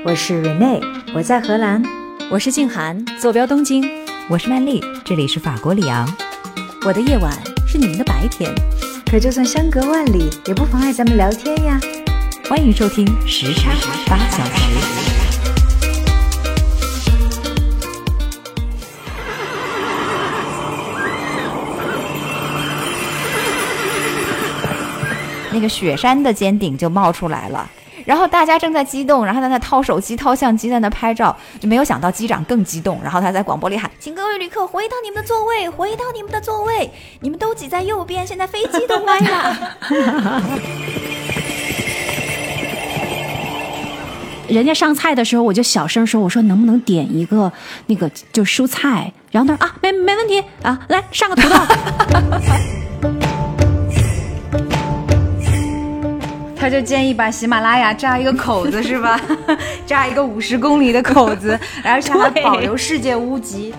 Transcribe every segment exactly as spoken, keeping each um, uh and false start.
我是 Renee， 我在荷兰。 我是静涵，坐标东京。 我是曼丽，这里是法国里昂。 我的夜晚是你们的白天， 可就算相隔万里，也不妨碍咱们聊天呀。 欢迎收听时差八小时。那个雪山的尖顶就冒出来了，然后大家正在激动，然后在那掏手机掏相机在那拍照，就没有想到机长更激动，然后他在广播里喊，请各位旅客回到你们的座位，回到你们的座位，你们都挤在右边，现在飞机都歪了。 人家上菜的时候我就小声说，我说能不能点一个那个就蔬菜，然后他说啊没没问题啊，来上个土豆。 他就建议把喜马拉雅扎一个口子是吧？扎一个五十公里的口子，而且还保留世界屋级。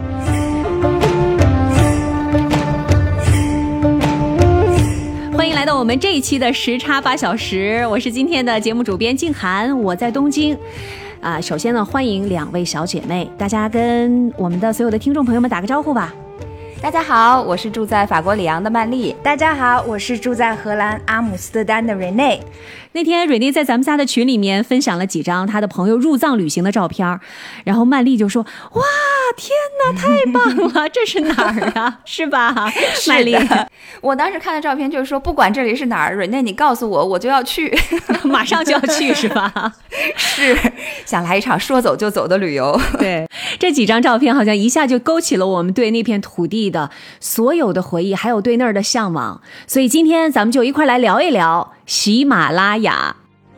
欢迎来到我们这一期的时差八小时，我是今天的节目主编静涵，我在东京。啊，首先呢，欢迎两位小姐妹，大家跟我们的所有的听众朋友们打个招呼吧。 大家好，我是住在法国里昂的曼丽。 大家好，我是住在荷兰阿姆斯特丹的 Renee。 那天 Renee 在咱们家的群里面分享了几张她的朋友入藏旅行的照片，然后曼丽就说：“哇，天哪，太棒了，这是哪儿啊？是吧？”曼丽， 我当时看的照片就是说，不管这里是哪儿 ，Renee 你告诉我，我就要去， 马上就要去，是吧？ 是，想来一场说走就走的旅游。 对，这几张照片好像一下就勾起了我们对那片土地的所有的回忆，还有对那儿的向往。所以今天咱们就一块来聊一聊喜马拉雅。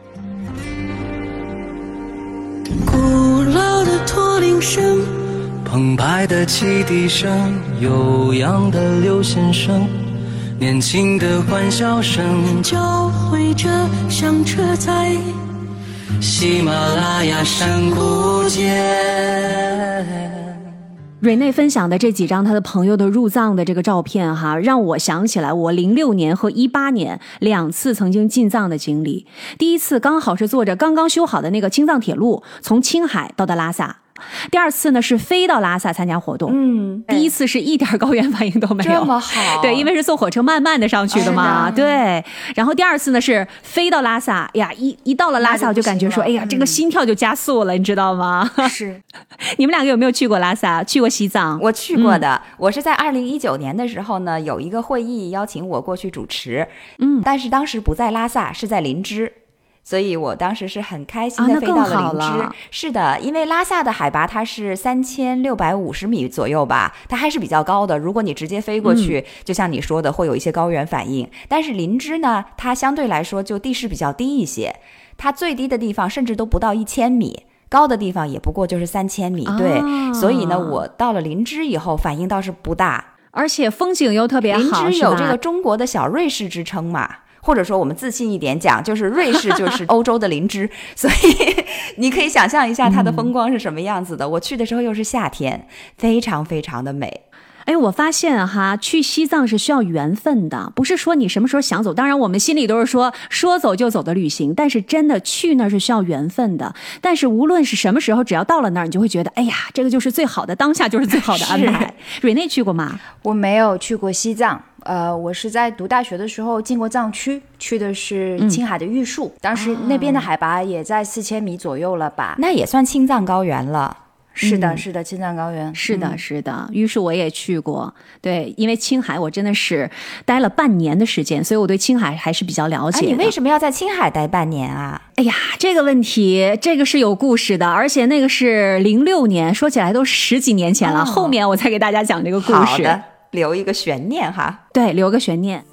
古老的驼铃声，澎湃的汽笛声，悠扬的流线声，年轻的欢笑声，交汇着响彻在喜马拉雅山谷间。 Renee 分享的这几张他的朋友的入藏的这个照片哈，让我想起来我零六年和一八年两次曾经进藏的经历。第一次刚好是坐着刚刚修好的那个青藏铁路，从青海到的拉萨。第二次呢是飞到拉萨参加活动，嗯，第一次是一点高原反应都没有， 这么好， 对，因为是坐火车慢慢的上去的嘛，的对。然后第二次呢是飞到拉萨，呀，一一到了拉萨我就感觉说，哎呀，嗯、这个心跳就加速了，你知道吗？ 是， 你们两个有没有去过拉萨？去过西藏？ 我去过的，嗯、我是在二零一九年的时候呢，有一个会议邀请我过去主持，嗯，但是当时不在拉萨，是在林芝。所以我当时是很开心的飞到了林芝、啊、是的，因为拉萨的海拔它是三千六百五十米左右吧，它还是比较高的，如果你直接飞过去、嗯、就像你说的会有一些高原反应。但是林芝呢，它相对来说就地势比较低一些，它最低的地方甚至都不到一千米，高的地方也不过就是三千米、啊、对。所以呢我到了林芝以后反应倒是不大， 而且风景又特别好。 林芝有这个中国的小瑞士之称嘛，或者说我们自信一点讲，就是瑞士就是欧洲的林芝，所以你可以想象一下它的风光是什么样子的、嗯、我去的时候又是夏天，非常非常的美。 哎，我发现哈，去西藏是需要缘分的，不是说你什么时候想走，当然我们心里都是说说走就走的旅行，但是真的去那儿是需要缘分的。但是无论是什么时候，只要到了那儿，你就会觉得，哎呀，这个就是最好的，当下就是最好的安排。Renee 去过吗？ 我没有去过西藏。呃，我是在读大学的时候进过藏区，去的是青海的玉树、嗯、当时那边的海拔也在四千米左右了吧， 那也算青藏高原了。 是的，是的，青藏高原， 是的，是的。玉树我也去过，对，因为青海我真的是待了半年的时间，所以我对青海还是比较了解的。 哎，你为什么要在青海待半年啊？ 哎呀，这个问题，这个是有故事的，而且那个是零六年，说起来都十几年前了、哦、后面我才给大家讲这个故事。 好的，留一个悬念哈。 对，留个悬念。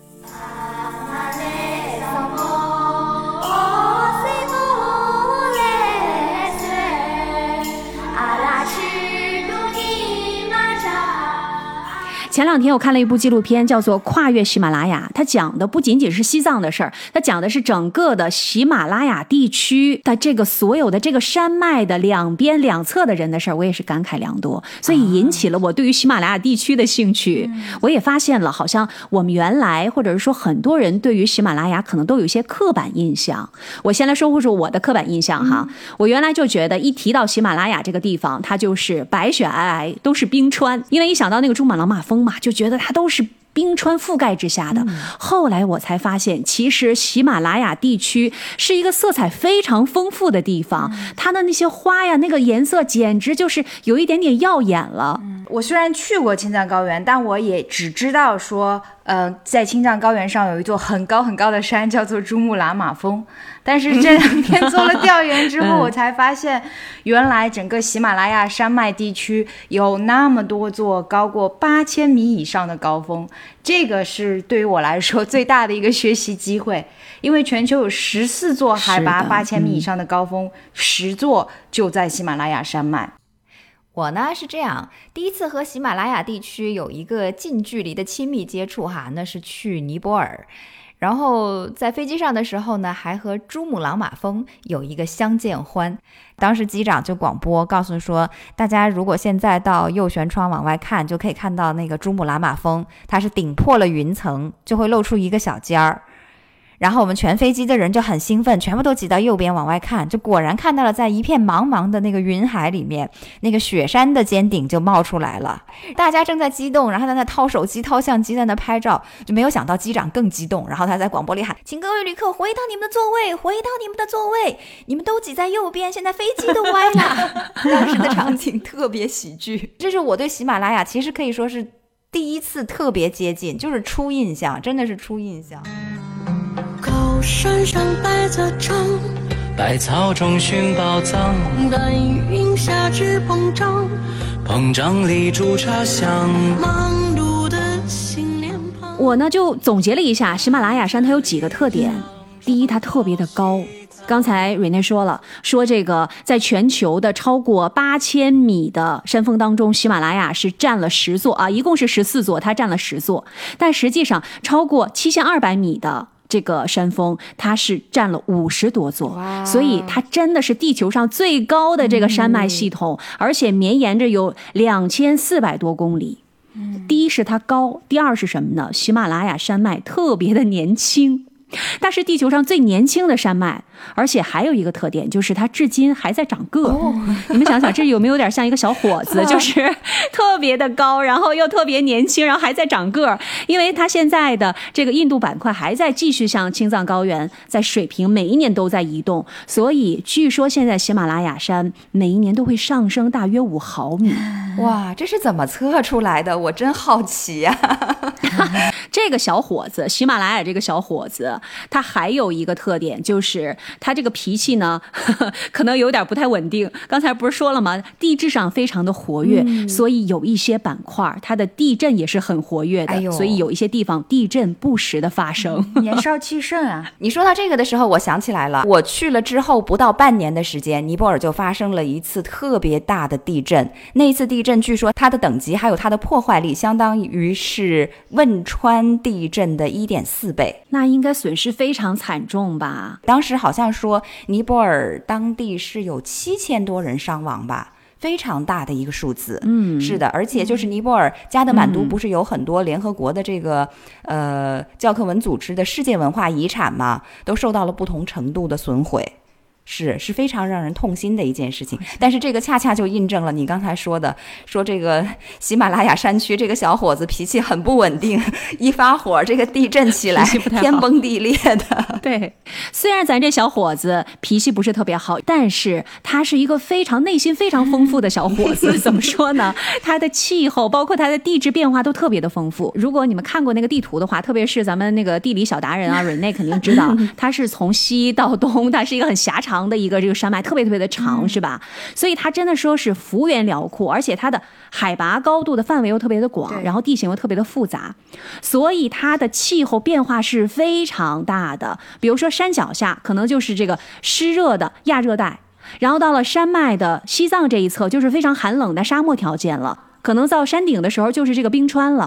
前两天我看了一部纪录片，叫做《跨越喜马拉雅》，它讲的不仅仅是西藏的事儿，它讲的是整个的喜马拉雅地区的这个所有的这个山脉的两边两侧的人的事儿，我也是感慨良多，所以引起了我对于喜马拉雅地区的兴趣。我也发现了，好像我们原来或者是说很多人对于喜马拉雅可能都有一些刻板印象。我先来说说我的刻板印象哈，我原来就觉得一提到喜马拉雅这个地方，它就是白雪皑皑，都是冰川，因为一想到那个珠穆朗玛峰嘛，就觉得它都是冰川覆盖之下的。后来我才发现，其实喜马拉雅地区是一个色彩非常丰富的地方，它的那些花呀，那个颜色简直就是有一点点耀眼了。 我虽然去过青藏高原，但我也只知道说呃，在青藏高原上有一座很高很高的山叫做珠穆朗玛峰，但是这两天做了调研之后我才发现，原来整个喜马拉雅山脉地区有那么多座高过八千米以上的高峰，这个是对于我来说最大的一个学习机会，因为全球有十四座海拔八千米以上的高峰，十、嗯、座就在喜马拉雅山脉。 我呢是这样，第一次和喜马拉雅地区有一个近距离的亲密接触哈，那是去尼泊尔，然后在飞机上的时候呢，还和珠穆朗玛峰有一个相见欢。当时机长就广播告诉说，大家如果现在到右舷窗往外看，就可以看到那个珠穆朗玛峰，它是顶破了云层，就会露出一个小尖儿。然后我们全飞机的人就很兴奋，全部都挤到右边往外看，就果然看到了在一片茫茫的那个云海里面，那个雪山的尖顶就冒出来了。大家正在激动，然后在那掏手机掏相机在那拍照，就没有想到机长更激动，然后他在广播里喊，请各位旅客回到你们的座位，回到你们的座位，你们都挤在右边，现在飞机都歪了。当时的场景特别喜剧。这是我对喜马拉雅其实可以说是第一次特别接近，就是初印象，真的是初印象。 高山上白泽城，百草中寻宝藏，白云下只膨胀，膨胀里煮茶香，忙碌的心脸庞。 我呢就总结了一下喜马拉雅山它有几个特点。第一，它特别的高，刚才瑞内说了，说这个在全球的超过八千米的山峰当中，喜马拉雅是占了十座啊，一共是十四座，它占了十座，但实际上超过七千二百米的这个山峰它是占了五十多座，所以它真的是地球上最高的这个山脉系统，嗯、而且绵延着有两千四百多公里。嗯、第一是它高，第二是什么呢？喜马拉雅山脉特别的年轻。它是地球上最年轻的山脉，而且还有一个特点，就是它至今还在长个、哦、你们想想这有没有点像一个小伙子，就是特别的高，然后又特别年轻，然后还在长个，因为它现在的这个印度板块还在继续向青藏高原在水平每一年都在移动，所以据说现在喜马拉雅山每一年都会上升大约五毫米。 哇，这是怎么测出来的？我真好奇呀、 啊！这个小伙子，喜马拉雅这个小伙子，他还有一个特点，就是他这个脾气呢，呵呵可能有点不太稳定。刚才不是说了吗？地质上非常的活跃，嗯、所以有一些板块，它的地震也是很活跃的，哎、所以有一些地方地震不时的发生。 嗯、年少气盛啊！ 你说到这个的时候，我想起来了，我去了之后不到半年的时间，尼泊尔就发生了一次特别大的地震。那一次地震，据说它的等级还有它的破坏力，相当于是汶川地震的一点四倍。 那应该损失非常惨重吧？ 当时好像说尼泊尔当地是有七千多人伤亡吧，非常大的一个数字。嗯，是的，而且就是尼泊尔加德满都不是有很多联合国的这个、嗯、呃教科文组织的世界文化遗产嘛，都受到了不同程度的损毁。是是非常让人痛心的一件事情，但是这个恰恰就印证了你刚才说的，说这个喜马拉雅山区这个小伙子脾气很不稳定，一发火这个地震起来天崩地裂的。 对，虽然咱这小伙子脾气不是特别好，但是他是一个非常内心非常丰富的小伙子。怎么说呢？他的气候包括他的地质变化都特别的丰富。如果你们看过那个地图的话，特别是咱们那个地理小达人啊，瑞内肯定知道，他是从西到东，他是一个很狭长长的一个这个山脉，特别特别的长、嗯、是吧？所以它真的说是幅员辽阔，而且它的海拔高度的范围又特别的广，然后地形又特别的复杂，所以它的气候变化是非常大的。比如说山脚下可能就是这个湿热的亚热带，然后到了山脉的西藏这一侧就是非常寒冷的沙漠条件了，可能到山顶的时候就是这个冰川了。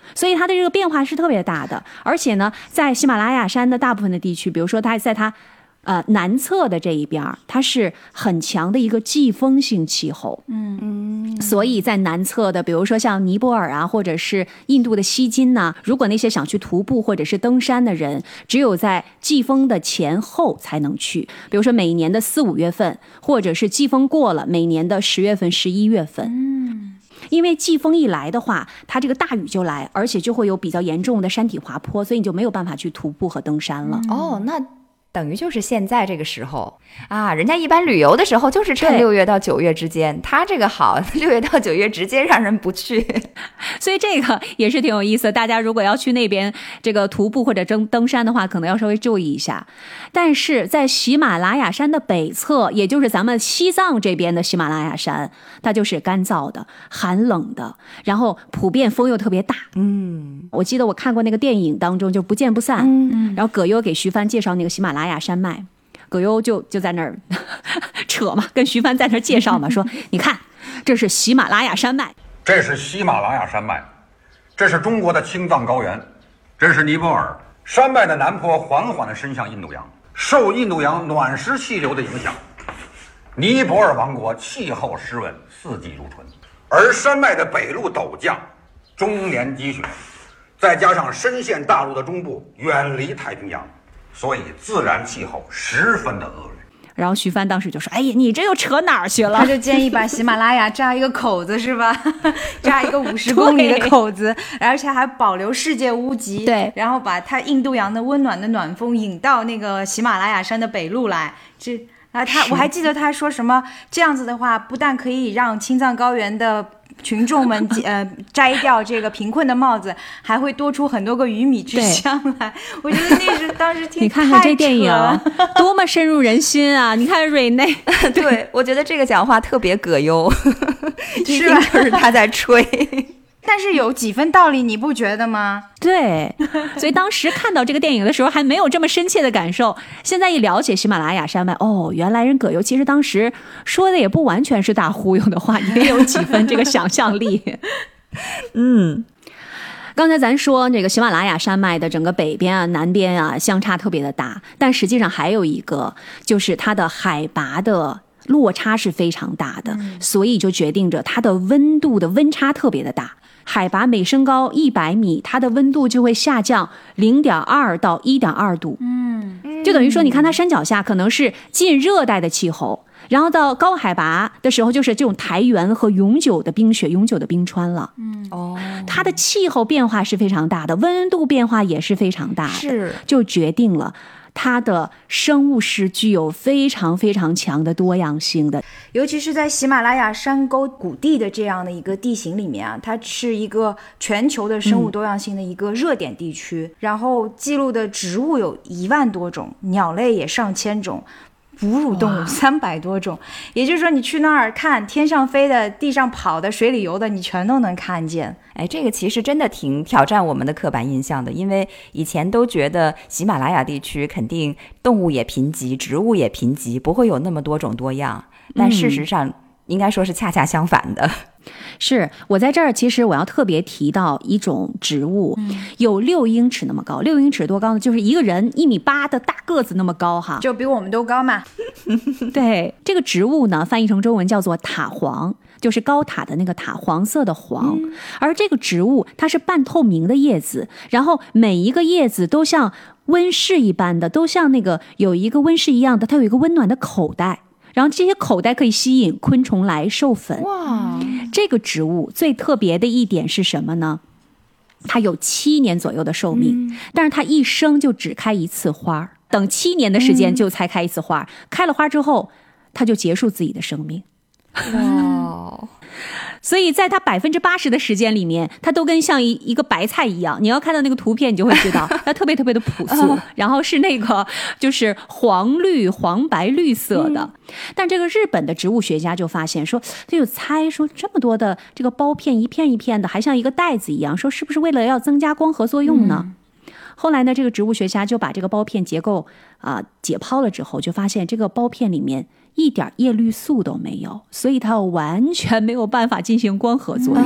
所以它的这个变化是特别大的。而且呢，在喜马拉雅山的大部分的地区，比如说它在它呃南侧的这一边，它是很强的一个季风性气候。嗯嗯，所以在南侧的，比如说像尼泊尔啊，或者是印度的西金呐、啊，如果那些想去徒步或者是登山的人，只有在季风的前后才能去。比如说每年的四五月份，或者是季风过了，每年的十月份、十一月份。嗯。因为季风一来的话，它这个大雨就来，而且就会有比较严重的山体滑坡，所以你就没有办法去徒步和登山了。 哦，那等于就是现在这个时候啊，人家一般旅游的时候就是趁六月到九月之间，他这个好，六月到九月直接让人不去， 所以这个也是挺有意思的。大家如果要去那边这个徒步或者登登山的话，可能要稍微注意一下。但是在喜马拉雅山的北侧，也就是咱们西藏这边的喜马拉雅山，它就是干燥的、寒冷的，然后普遍风又特别大。嗯，我记得我看过那个电影当中就不见不散，嗯，然后葛优给徐帆介绍那个喜马拉雅山脉，葛优就就在那儿扯嘛，跟徐帆在那儿介绍嘛，说你看这是喜马拉雅山脉， 这是喜马拉雅山脉，这是中国的青藏高原，这是尼泊尔。山脉的南坡缓缓地伸向印度洋，受印度洋暖湿气流的影响，尼泊尔王国气候湿润，四季如春。而山脉的北路陡降，终年积雪，再加上深陷大陆的中部，远离太平洋，所以自然气候十分的恶劣。 然后徐帆当时就说：“哎呀，你这又扯哪儿去了？” 他就建议把喜马拉雅扎一个口子，是吧？扎一个五十公里的口子，而且还保留世界屋脊。 对， 然后把它印度洋的温暖的暖风引到那个喜马拉雅山的北路来。这啊，他我还记得他说什么，这样子的话，不但可以让青藏高原的群众们呃摘掉这个贫困的帽子，还会多出很多个鱼米之乡来。我觉得那是当时听你看看这电影多么深入人心啊！你看瑞内， 对，我觉得这个讲话特别葛优，一定就是他在吹。 但是有几分道理，你不觉得吗？ 对，所以当时看到这个电影的时候还没有这么深切的感受，现在一了解喜马拉雅山脉，哦，原来人葛优其实当时说的也不完全是大忽悠的话，也有几分这个想象力。嗯，刚才咱说这个喜马拉雅山脉的整个北边啊、南边啊相差特别的大，但实际上还有一个就是它的海拔的落差是非常大的，嗯、所以就决定着它的温度的温差特别的大。海拔每升高一百米，它的温度就会下降零点二到一点二度。嗯，就等于说，你看它山脚下可能是近热带的气候，然后到高海拔的时候，就是这种台原和永久的冰雪、永久的冰川了。嗯，哦，它的气候变化是非常大的，温度变化也是非常大的， 是就决定了它的生物是具有非常非常强的多样性的。 尤其是在喜马拉雅山沟谷地的这样的一个地形里面啊，它是一个全球的生物多样性的一个热点地区，嗯、然后记录的植物有一万多种，鸟类也上千种，哺乳动物三百多种，也就是说你去那儿看，天上飞的、地上跑的、水里游的，你全都能看见。 哎，这个其实真的挺挑战我们的刻板印象的，因为以前都觉得喜马拉雅地区肯定动物也贫瘠，植物也贫瘠，不会有那么多种多样，但事实上、嗯、应该说是恰恰相反的。 是，我在这儿其实我要特别提到一种植物，嗯、有六英尺那么高，六英尺多高呢？就是一个人一米八的大个子那么高哈， 就比我们都高嘛。 对，这个植物呢，翻译成中文叫做塔黄，就是高塔的那个塔，黄色的黄。嗯、而这个植物它是半透明的叶子，然后每一个叶子都像温室一般的，都像那个有一个温室一样的，它有一个温暖的口袋。然后这些口袋可以吸引昆虫来授粉。哇，这个植物最特别的一点是什么呢？它有七年左右的寿命，嗯、但是它一生就只开一次花，等七年的时间就才开一次花，嗯、开了花之后，它就结束自己的生命。哇！所以在它百分之八十的时间里面，它都跟像一一个白菜一样。你要看到那个图片，你就会知道它特别特别的朴素，然后是那个就是黄绿、黄白绿色的。嗯、但这个日本的植物学家就发现说，他就猜说这么多的这个苞片一片一片的，还像一个袋子一样，说是不是为了要增加光合作用呢？嗯、后来呢，这个植物学家就把这个苞片结构啊、呃、解剖了之后，就发现这个苞片里面一点叶绿素都没有，所以它完全没有办法进行光合作用。嗯、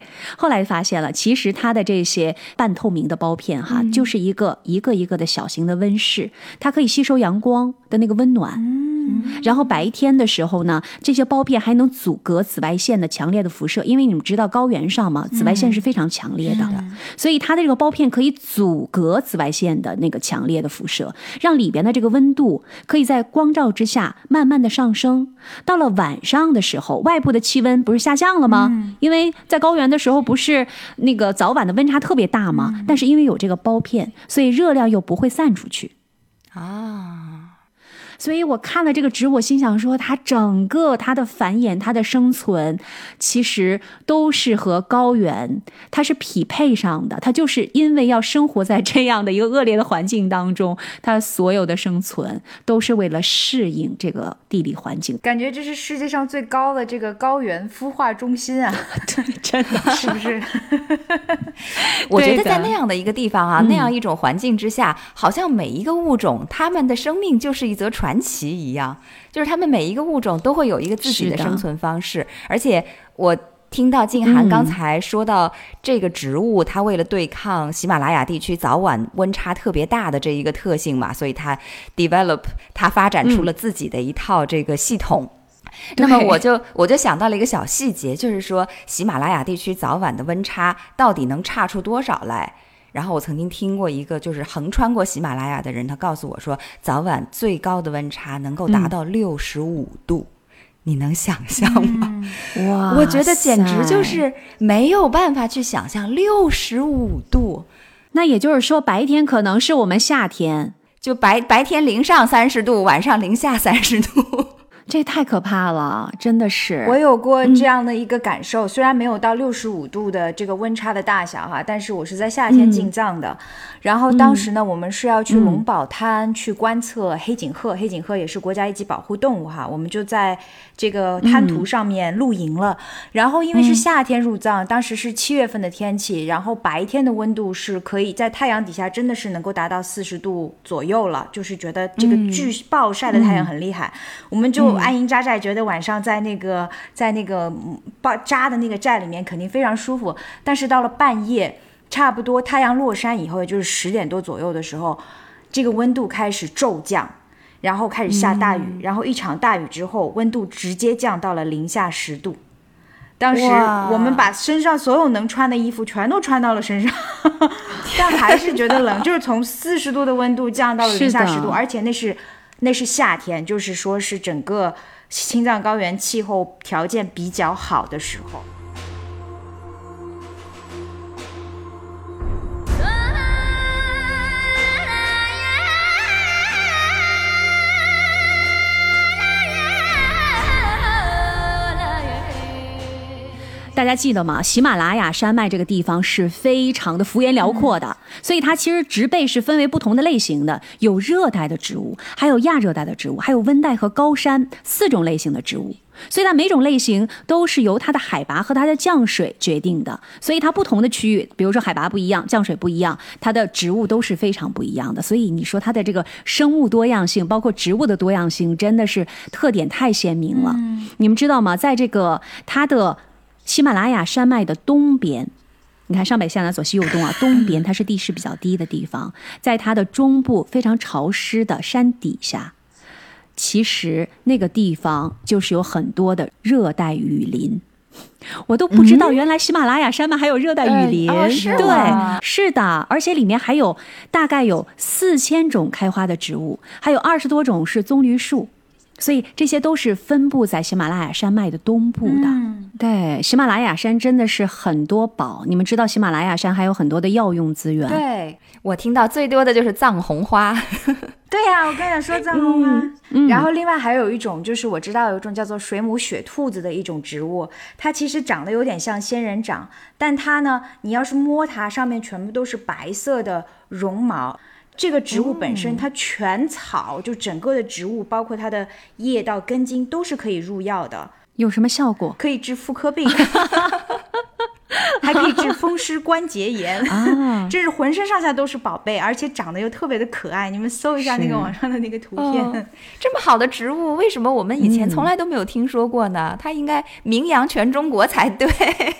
后来发现了，其实它的这些半透明的包片哈，嗯、就是一个一个一个的小型的温室，它可以吸收阳光的那个温暖。嗯，然后白天的时候呢，这些包片还能阻隔紫外线的强烈的辐射，因为你们知道高原上嘛，紫外线是非常强烈的，嗯、所以它的这个包片可以阻隔紫外线的那个强烈的辐射，让里边的这个温度可以在光照之下慢慢的上升。到了晚上的时候，外部的气温不是下降了吗？嗯、因为在高原的时候不是那个早晚的温差特别大吗？嗯、但是因为有这个包片，所以热量又不会散出去啊。所以我看了这个植物，我心想说，它整个它的繁衍、它的生存，其实都是和高原它是匹配上的。它就是因为要生活在这样的一个恶劣的环境当中，它所有的生存都是为了适应这个地理环境。 感觉这是世界上最高的这个高原孵化中心啊！ 对，真的是不是？ 我觉得在那样的一个地方啊，那样一种环境之下，好像每一个物种，它们的生命就是一则传传奇一样，就是他们每一个物种都会有一个自己的生存方式。而且我听到静涵刚才说到这个植物，嗯、它为了对抗喜马拉雅地区早晚温差特别大的这一个特性嘛，所以它 develop 它发展出了自己的一套这个系统。嗯、那么我就我就想到了一个小细节，就是说喜马拉雅地区早晚的温差到底能差出多少来？然后我曾经听过一个就是横穿过喜马拉雅的人，他告诉我说，早晚最高的温差能够达到六十五度，嗯、你能想象吗？ 嗯、哇， 我觉得简直就是没有办法去想象六十五度。 那也就是说，白天可能是我们夏天， 就白白天零上三十度，晚上零下三十度。 这太可怕了，真的是。 我有过这样的一个感受，嗯、虽然没有到六十五度的这个温差的大小哈，但是我是在夏天进藏的。嗯、然后当时呢，嗯、我们是要去龙宝滩去观测黑颈鹤，嗯、黑颈鹤也是国家一级保护动物哈，我们就在这个滩涂上面露营了。嗯、然后因为是夏天入藏，当时是七月份的天气，然后白天的温度是可以在太阳底下真的是能够达到四十度左右了，就是觉得这个巨暴晒的太阳很厉害，嗯、我们就安营扎寨，觉得晚上在那个在那个扎的那个寨里面肯定非常舒服。但是到了半夜，差不多太阳落山以后，也就是十点多左右的时候，这个温度开始骤降，然后开始下大雨，嗯、然后一场大雨之后，温度直接降到了零下十度。当时我们把身上所有能穿的衣服全都穿到了身上，但还是觉得冷，就是从四十度的温度降到了零下十度，而且那是那是夏天，就是说是整个青藏高原气候条件比较好的时候。 大家记得吗？喜马拉雅山脉这个地方是非常的幅员辽阔的，嗯、所以它其实植被是分为不同的类型的，有热带的植物，还有亚热带的植物，还有温带和高山四种类型的植物。所以它每种类型都是由它的海拔和它的降水决定的，所以它不同的区域，比如说海拔不一样，降水不一样，它的植物都是非常不一样的。所以你说它的这个生物多样性，包括植物的多样性，真的是特点太鲜明了。嗯、你们知道吗？在这个它的喜马拉雅山脉的东边，你看上北下南左西右东啊，东边它是地势比较低的地方，在它的中部非常潮湿的山底下，其实那个地方就是有很多的热带雨林。我都不知道原来喜马拉雅山脉还有热带雨林。嗯哦、是对，是的，而且里面还有大概有四千种开花的植物，还有二十多种是棕榈树。所以这些都是分布在喜马拉雅山脉的东部的。嗯、对，喜马拉雅山真的是很多宝。你们知道喜马拉雅山还有很多的药用资源。 对，我听到最多的就是藏红花。 对呀、啊，我刚才说藏红花。嗯嗯、然后另外还有一种，就是我知道有一种叫做水母雪兔子的一种植物，它其实长得有点像仙人掌，但它呢，你要是摸它，上面全部都是白色的绒毛。这个植物本身它全草，就整个的植物包括它的叶到根茎都是可以入药的。 有什么效果？ 可以治妇科病还可以治风湿关节炎啊，这是浑身上下都是宝贝，而且长得又特别的可爱。你们搜一下那个网上的那个图片。哦、 这么好的植物，为什么我们以前从来都没有听说过呢？嗯、它应该名扬全中国才对。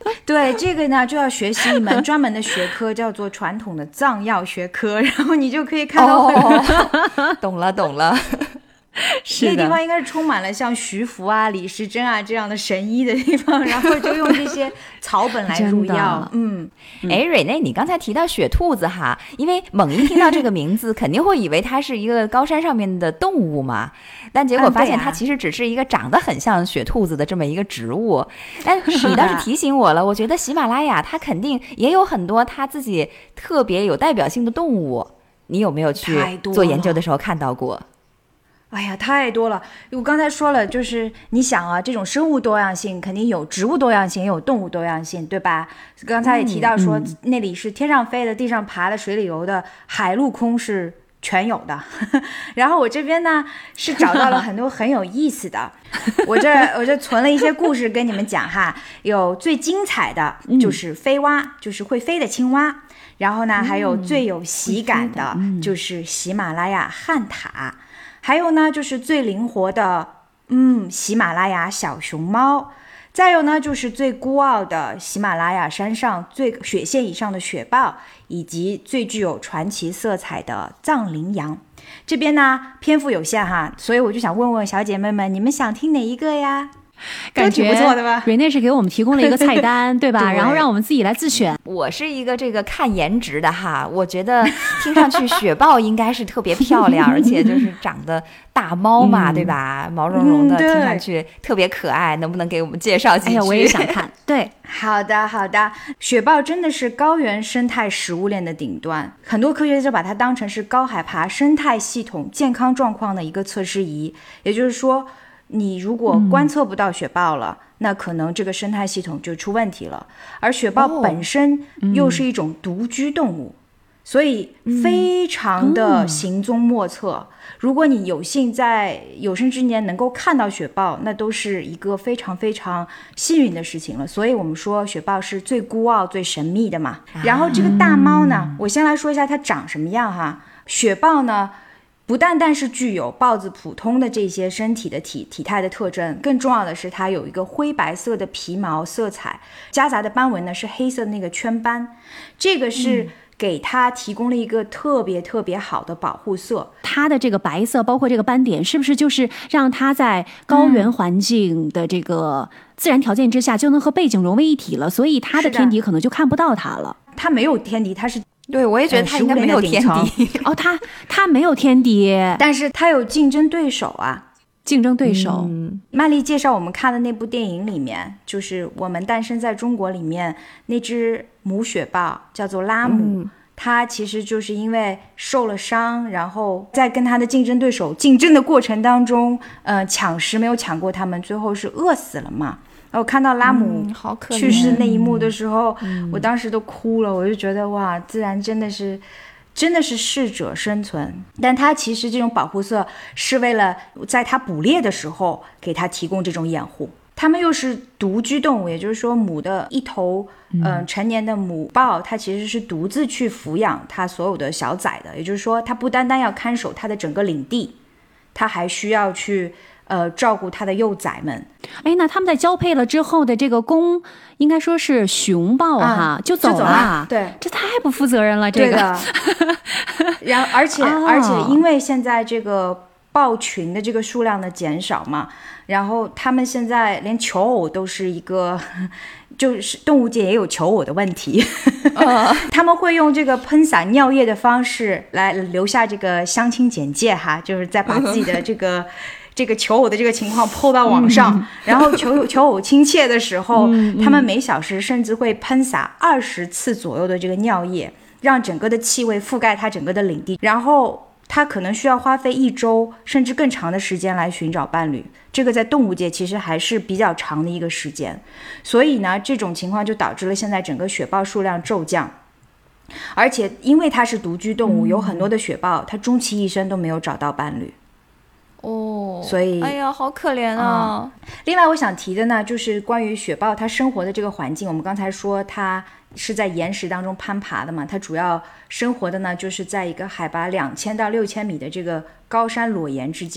对，这个呢就要学习一门专门的学科，叫做传统的藏药学科，然后你就可以看到很多、 哦、懂了懂了。 是的，那个地方应该是充满了像徐福啊、李时珍啊这样的神医的地方，然后就用这些草本来入药。嗯， 哎，蕊内，你刚才提到雪兔子哈，因为猛一听到这个名字，肯定会以为它是一个高山上面的动物嘛，但结果发现它其实只是一个长得很像雪兔子的这么一个植物。但你倒是提醒我了，我觉得喜马拉雅它肯定也有很多它自己特别有代表性的动物，你有没有去做研究的时候看到过？ 哎呀，太多了！我刚才说了，就是你想啊，这种生物多样性肯定有植物多样性，也有动物多样性，对吧？刚才也提到说，嗯嗯、那里是天上飞的、地上爬的、水里游的，海陆空是全有的。然后我这边呢是找到了很多很有意思的，我这我这存了一些故事跟你们讲哈。有最精彩的就是飞蛙，嗯、就是会飞的青蛙。然后呢，还有最有喜感的，嗯、就是喜马拉雅旱獭。还有呢，就是最灵活的，嗯，喜马拉雅小熊猫。再有呢，就是最孤傲的喜马拉雅山上最雪线以上的雪豹，以及最具有传奇色彩的藏羚羊。这边呢，篇幅有限哈，所以我就想问问小姐妹们，你们想听哪一个呀？ 感觉不错的吧？ 瑞内是给我们提供了一个菜单，对吧？ 对， 然后让我们自己来自选。 我是一个这个看颜值的哈，我觉得听上去雪豹应该是特别漂亮，而且就是长得大猫嘛，嗯、对吧？毛茸茸的，嗯、听上去特别可爱。能不能给我们介绍几句？ 哎呀，我也想看。对， 好的好的。雪豹真的是高原生态食物链的顶端，很多科学家把它当成是高海拔生态系统健康状况的一个测试仪，也就是说。你如果观测不到雪豹了，嗯、那可能这个生态系统就出问题了。而雪豹本身又是一种独居动物，哦、所以非常的行踪莫测。嗯、如果你有幸在有生之年能够看到雪豹，那都是一个非常非常幸运的事情了。所以我们说雪豹是最孤傲、最神秘的嘛。啊、然后这个大猫呢，嗯、我先来说一下它长什么样哈。雪豹呢？不单单是具有豹子普通的这些身体的体体态的特征，更重要的是它有一个灰白色的皮毛色彩，夹杂的斑纹呢是黑色的那个圈斑，这个是给它提供了一个特别特别好的保护色。 它的这个白色包括这个斑点，是不是就是让它在高原环境的这个自然条件之下就能和背景融为一体了，所以它的天敌可能就看不到它了。 它没有天敌，它是对，我也觉得它应该没有天敌。 哦，它它没有天敌， 但是它有竞争对手啊， 竞争对手。 嗯，曼丽介绍我们看的那部电影里面，就是《我们诞生在中国》里面那只母雪豹叫做拉姆，嗯、它其实就是因为受了伤，然后在跟它的竞争对手竞争的过程当中，呃，抢食没有抢过它们，最后是饿死了嘛。然后看到拉姆去世那一幕的时候，嗯、我当时都哭了，我就觉得哇，自然真的是真的是适者生存。但它其实这种保护色是为了在它捕猎的时候给它提供这种掩护。它们又是独居动物，也就是说母的一头嗯、呃、成年的母豹，它其实是独自去抚养它所有的小崽的，也就是说它不单单要看守它的整个领地，它还需要去呃，照顾它的幼崽们。 哎，那他们在交配了之后的这个公，应该说是熊豹哈， 啊、 就走了。 就走了对， 这太不负责任了，这个。 对的。然后，而且、哦、而且，因为现在这个豹群的这个数量的减少嘛，然后他们现在连求偶都是一个。就是动物界也有求偶的问题，uh. 他们会用这个喷洒尿液的方式来留下这个相亲简介哈，就是再把自己的这个、uh. 这个求偶的这个情况 po 到网上，嗯、然后求求偶亲切的时候，嗯、他们每小时甚至会喷洒二十次左右的这个尿液，让整个的气味覆盖它整个的领地，然后。它可能需要花费一周甚至更长的时间来寻找伴侣，这个在动物界其实还是比较长的一个时间，所以呢，这种情况就导致了现在整个雪豹数量骤降，而且因为它是独居动物，嗯、有很多的雪豹它终其一生都没有找到伴侣。 哦， 所以哎呀，好可怜啊、 嗯！另外，我想提的呢，就是关于雪豹它生活的这个环境。我们刚才说它是在岩石当中攀爬的嘛，它主要生活的呢，就是在一个海拔两千到六千米的这个高山裸岩之间。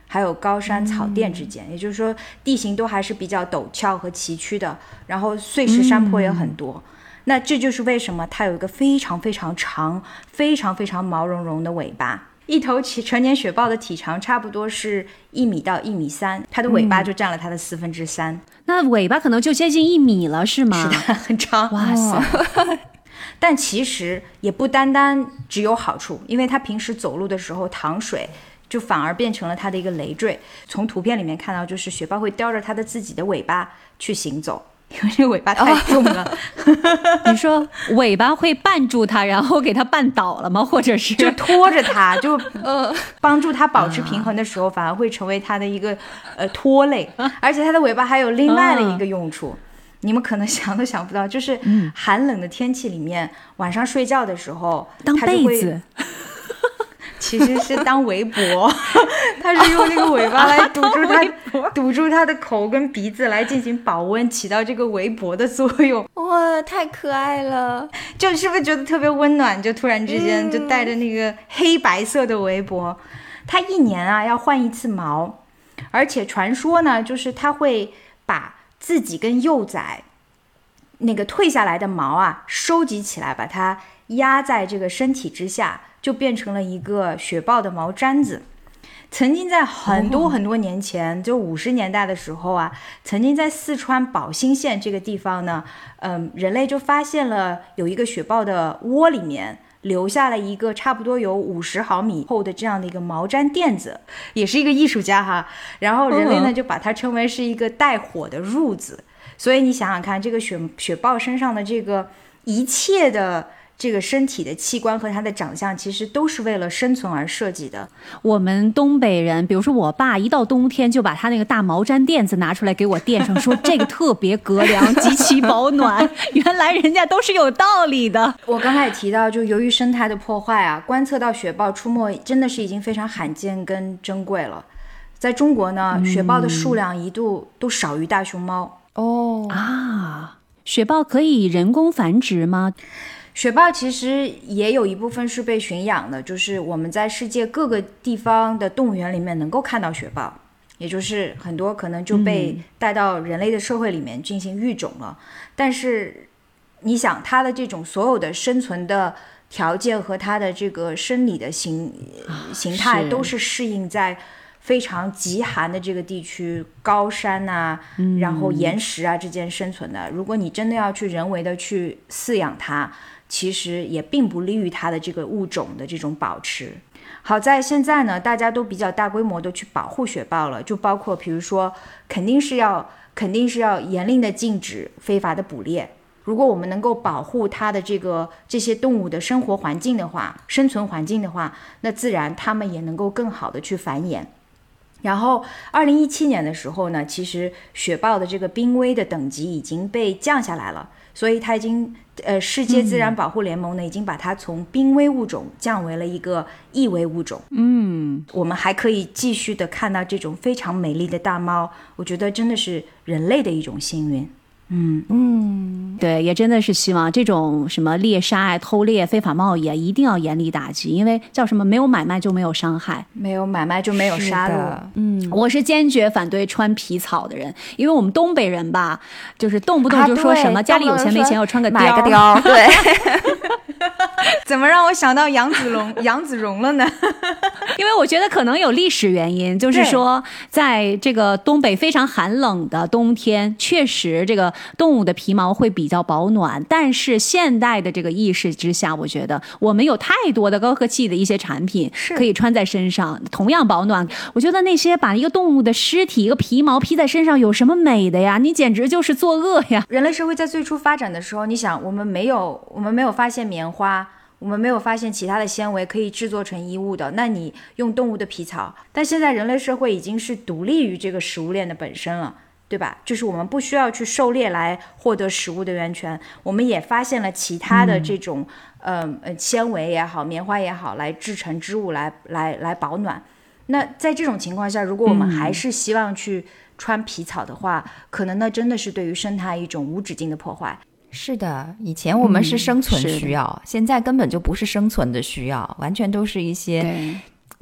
还有高山草甸之间、嗯、也就是说地形都还是比较陡峭和崎岖的，然后碎石山坡也很多、嗯、那这就是为什么它有一个非常非常长非常非常毛茸茸的尾巴。一头成年雪豹的体长差不多是一米到一米三，它的尾巴就占了它的四分之三、嗯、 那尾巴可能就接近一米了是吗？ 是的，很长。 哇塞、哦但其实也不单单只有好处，因为它平时走路的时候淌水就反而变成了它的一个累赘。从图片里面看到，就是雪豹会叼着它的自己的尾巴去行走，因为这个尾巴太重了、 哦、你说尾巴会绊住它然后给它绊倒了吗？或者是就拖着它，就帮助它保持平衡的时候、啊、反而会成为它的一个呃拖累。而且它的尾巴还有另外的一个用处、啊你们可能想都想不到，就是寒冷的天气里面、嗯、晚上睡觉的时候当被子其实是当围脖它是用那个尾巴来堵住它堵住它的口跟鼻子来进行保温，起到这个围脖的作用。 哇，太可爱了， 就是不是觉得特别温暖，就突然之间就带着那个黑白色的围脖、嗯、它一年啊要换一次毛，而且传说呢就是它会把自己跟幼崽那个退下来的毛啊收集起来，把它压在这个身体之下，就变成了一个雪豹的毛毡子。曾经在很多很多年前、哦、就五十年代的时候啊，曾经在四川宝兴县这个地方呢，嗯，人类就发现了有一个雪豹的窝里面留下了一个差不多有五十毫米厚的这样的一个毛毡垫子，也是一个艺术家哈。然后人类呢就把它称为是一个带火的褥子。所以你想想看，这个雪雪豹身上的这个一切的这个身体的器官和它的长相，其实都是为了生存而设计的。 我们东北人，比如说我爸，一到冬天就把他那个大毛毡垫子拿出来给我垫上，说这个特别隔凉，极其保暖。原来人家都是有道理的。 我刚才也提到，就由于生态的破坏啊，观测到雪豹出没真的是已经非常罕见跟珍贵了。在中国呢，雪豹的数量一度都少于大熊猫。 哦啊，雪豹可以人工繁殖吗？ 雪豹其实也有一部分是被驯养的，就是我们在世界各个地方的动物园里面能够看到雪豹，也就是很多可能就被带到人类的社会里面进行育种了、嗯、但是你想它的这种所有的生存的条件和它的这个生理的形形态都是适应在非常极寒的这个地区，高山啊、嗯、然后岩石啊之间生存的。如果你真的要去人为的去饲养它，其实也并不利于它的这个物种的这种保持。好在现在呢，大家都比较大规模的去保护雪豹了，就包括比如说肯定是要肯定是要严令的禁止非法的捕猎。如果我们能够保护它的这个这些动物的生活环境的话，生存环境的话，那自然它们也能够更好的去繁衍。然后二零一七年的时候呢，其实雪豹的这个濒危的等级已经被降下来了，所以它已经呃世界自然保护联盟呢、嗯、已经把它从濒危物种降为了一个易危物种。嗯，我们还可以继续的看到这种非常美丽的大猫，我觉得真的是人类的一种幸运。嗯嗯，对，也真的是希望这种什么猎杀啊、偷猎、非法贸易啊，一定要严厉打击，因为叫什么没有买卖就没有伤害， 没有买卖就没有杀戮。 嗯，我是坚决反对穿皮草的人，因为我们东北人吧，就是动不动就说什么、啊、家里有钱没钱要穿个貂， 买个貂，对。 怎么让我想到杨子荣杨子荣了呢？ 因为我觉得可能有历史原因，就是说在这个东北非常寒冷的冬天，确实这个动物的皮毛会比较保暖，但是现代的这个意识之下，我觉得我们有太多的高科技的一些产品可以穿在身上，同样保暖。我觉得那些把一个动物的尸体一个皮毛披在身上有什么美的呀？你简直就是作恶呀！ 人类社会在最初发展的时候，你想我们没有我们没有发现棉花，我们没有发现其他的纤维可以制作成衣物的，那你用动物的皮草。但现在人类社会已经是独立于这个食物链的本身了，对吧？就是我们不需要去狩猎来获得食物的源泉，我们也发现了其他的这种、嗯、呃纤维也好，棉花也好，来制成织物来来来保暖。那在这种情况下，如果我们还是希望去穿皮草的话、嗯、可能那真的是对于生态一种无止境的破坏。 是的，以前我们是生存需要、嗯、现在根本就不是生存的需要，完全都是一些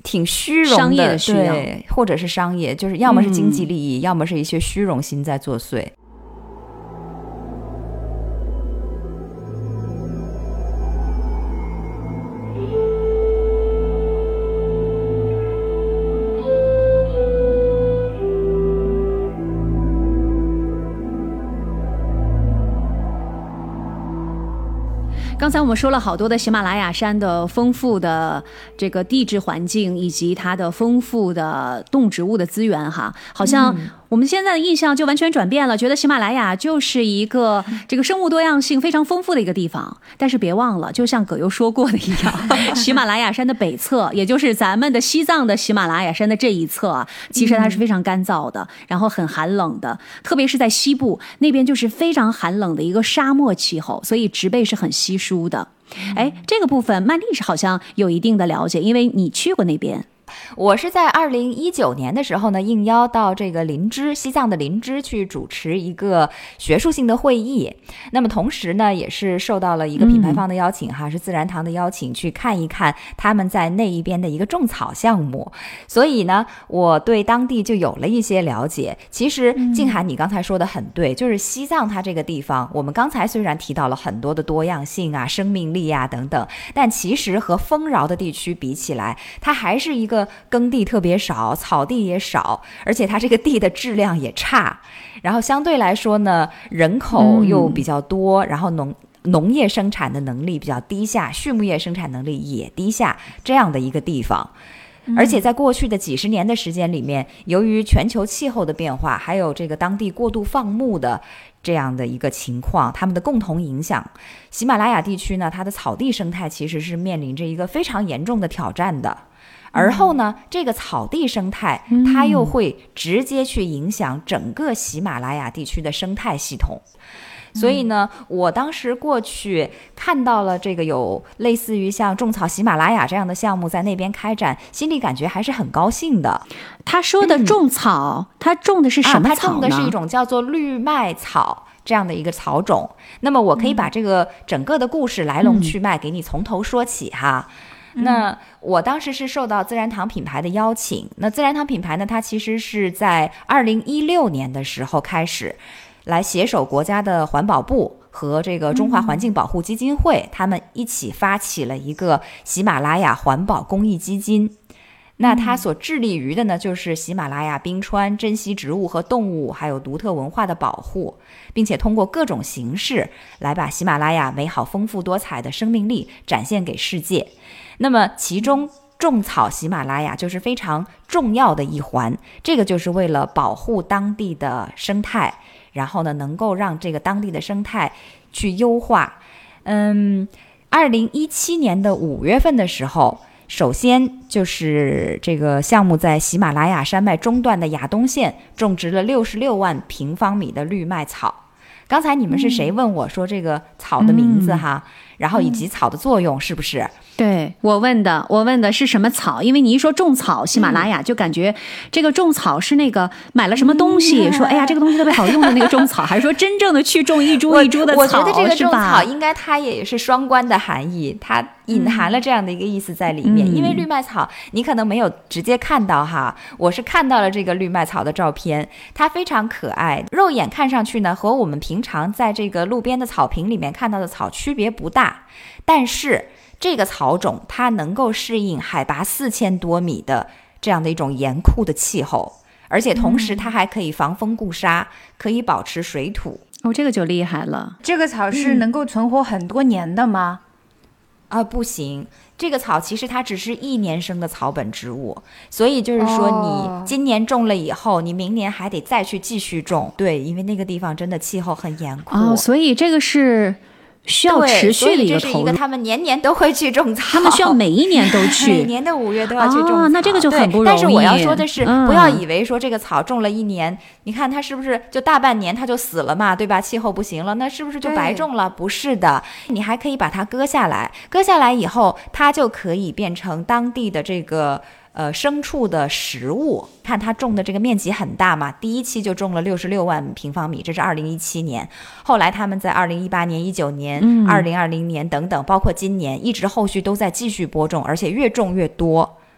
挺虚荣的， 商业的需要， 对，或者是商业，就是要么是经济利益、嗯、要么是一些虚荣心在作祟。 刚才我们说了好多的喜马拉雅山的丰富的这个地质环境以及它的丰富的动植物的资源哈，好像我们现在的印象就完全转变了，觉得喜马拉雅就是一个这个生物多样性非常丰富的一个地方。但是别忘了，就像葛优说过的一样，喜马拉雅山的北侧，也就是咱们的西藏的喜马拉雅山的这一侧啊，其实它是非常干燥的，然后很寒冷的，特别是在西部那边就是非常寒冷的一个沙漠气候，所以植被是很稀疏的。哎，这个部分曼丽是好像有一定的了解，因为你去过那边。 我是在二零一九年的时候呢，应邀到这个林芝，西藏的林芝去主持一个学术性的会议。那么同时呢，也是受到了一个品牌方的邀请哈，嗯、是自然堂的邀请，去看一看他们在那一边的一个种草项目。所以呢，我对当地就有了一些了解。其实静涵你刚才说的很对，就是西藏它这个地方，我们刚才虽然提到了很多的多样性啊、生命力啊等等，但其实和丰饶的地区比起来，它还是一个耕地特别少，草地也少，而且它这个地的质量也差，然后相对来说呢，人口又比较多，嗯、然后农农业生产的能力比较低下，畜牧业生产能力也低下，这样的一个地方。而且在过去的几十年的时间里面，由于全球气候的变化，还有这个当地过度放牧的这样的一个情况，他们的共同影响，喜马拉雅地区呢，它的草地生态其实是面临着一个非常严重的挑战的。而后呢，这个草地生态它又会直接去影响整个喜马拉雅地区的生态系统。所以呢，我当时过去看到了这个有类似于像种草喜马拉雅这样的项目在那边开展，心里感觉还是很高兴的。 他说的种草，嗯、他种的是什么草呢？啊， 他种的是一种叫做绿麦草这样的一个草种。那么我可以把这个整个的故事来龙去脉给你从头说起哈。嗯、那我当时是受到自然堂品牌的邀请，那自然堂品牌呢，它其实是在二零一六年的时候开始来携手国家的环保部和这个中华环境保护基金会，嗯、他们一起发起了一个喜马拉雅环保公益基金。那它所致力于的呢，就是喜马拉雅冰川珍稀植物和动物还有独特文化的保护，并且通过各种形式来把喜马拉雅美好丰富多彩的生命力展现给世界。那么其中种草喜马拉雅就是非常重要的一环，这个就是为了保护当地的生态，然后呢能够让这个当地的生态去优化。嗯，二零一七年的五月份的时候，首先就是这个项目在喜马拉雅山脉中段的雅东县种植了六十六万平方米的绿麦草。刚才你们是谁问我说这个草的名字哈、嗯、然后以及草的作用是不是？ 对，我问的我问的是什么草，因为你一说种草喜马拉雅、嗯、就感觉这个种草是那个买了什么东西、嗯、说哎呀这个东西特别好用的那个种草还是说真正的去种一株一株的草？ 我觉得这个种草应该它也是双关的含义，它隐含了这样的一个意思在里面、嗯、因为绿麦草你可能没有直接看到哈，我是看到了这个绿麦草的照片，它非常可爱，肉眼看上去呢和我们平常在这个路边的草坪里面看到的草区别不大，但是这个草种它能够适应海拔四千多米的这样的一种严酷的气候，而且同时它还可以防风固沙，可以保持水土。 哦，这个就厉害了。 这个草是能够存活很多年的吗？ 啊、呃，不行，这个草其实它只是一年生的草本植物，所以就是说你今年种了以后、哦、你明年还得再去继续种。对，因为那个地方真的气候很严酷、 哦、所以这个是需要持续的一个投入， 这是一个他们年年都会去种草， 他们需要每一年都去每年的五月都要去种草、 哦、那这个就很不容易。 但是我要说的是、嗯、不要以为说这个草种了一年，你看它是不是就大半年它就死了嘛，对吧？气候不行了，那是不是就白种了？不是的，你还可以把它割下来，割下来以后它就可以变成当地的这个呃，牲畜的食物。看它种的这个面积很大嘛，第一期就种了六十六万平方米，这是二零一七年。后来他们在二零一八年、一九年、二零二零年等等，包括今年，一直后续都在继续播种，而且越种越多。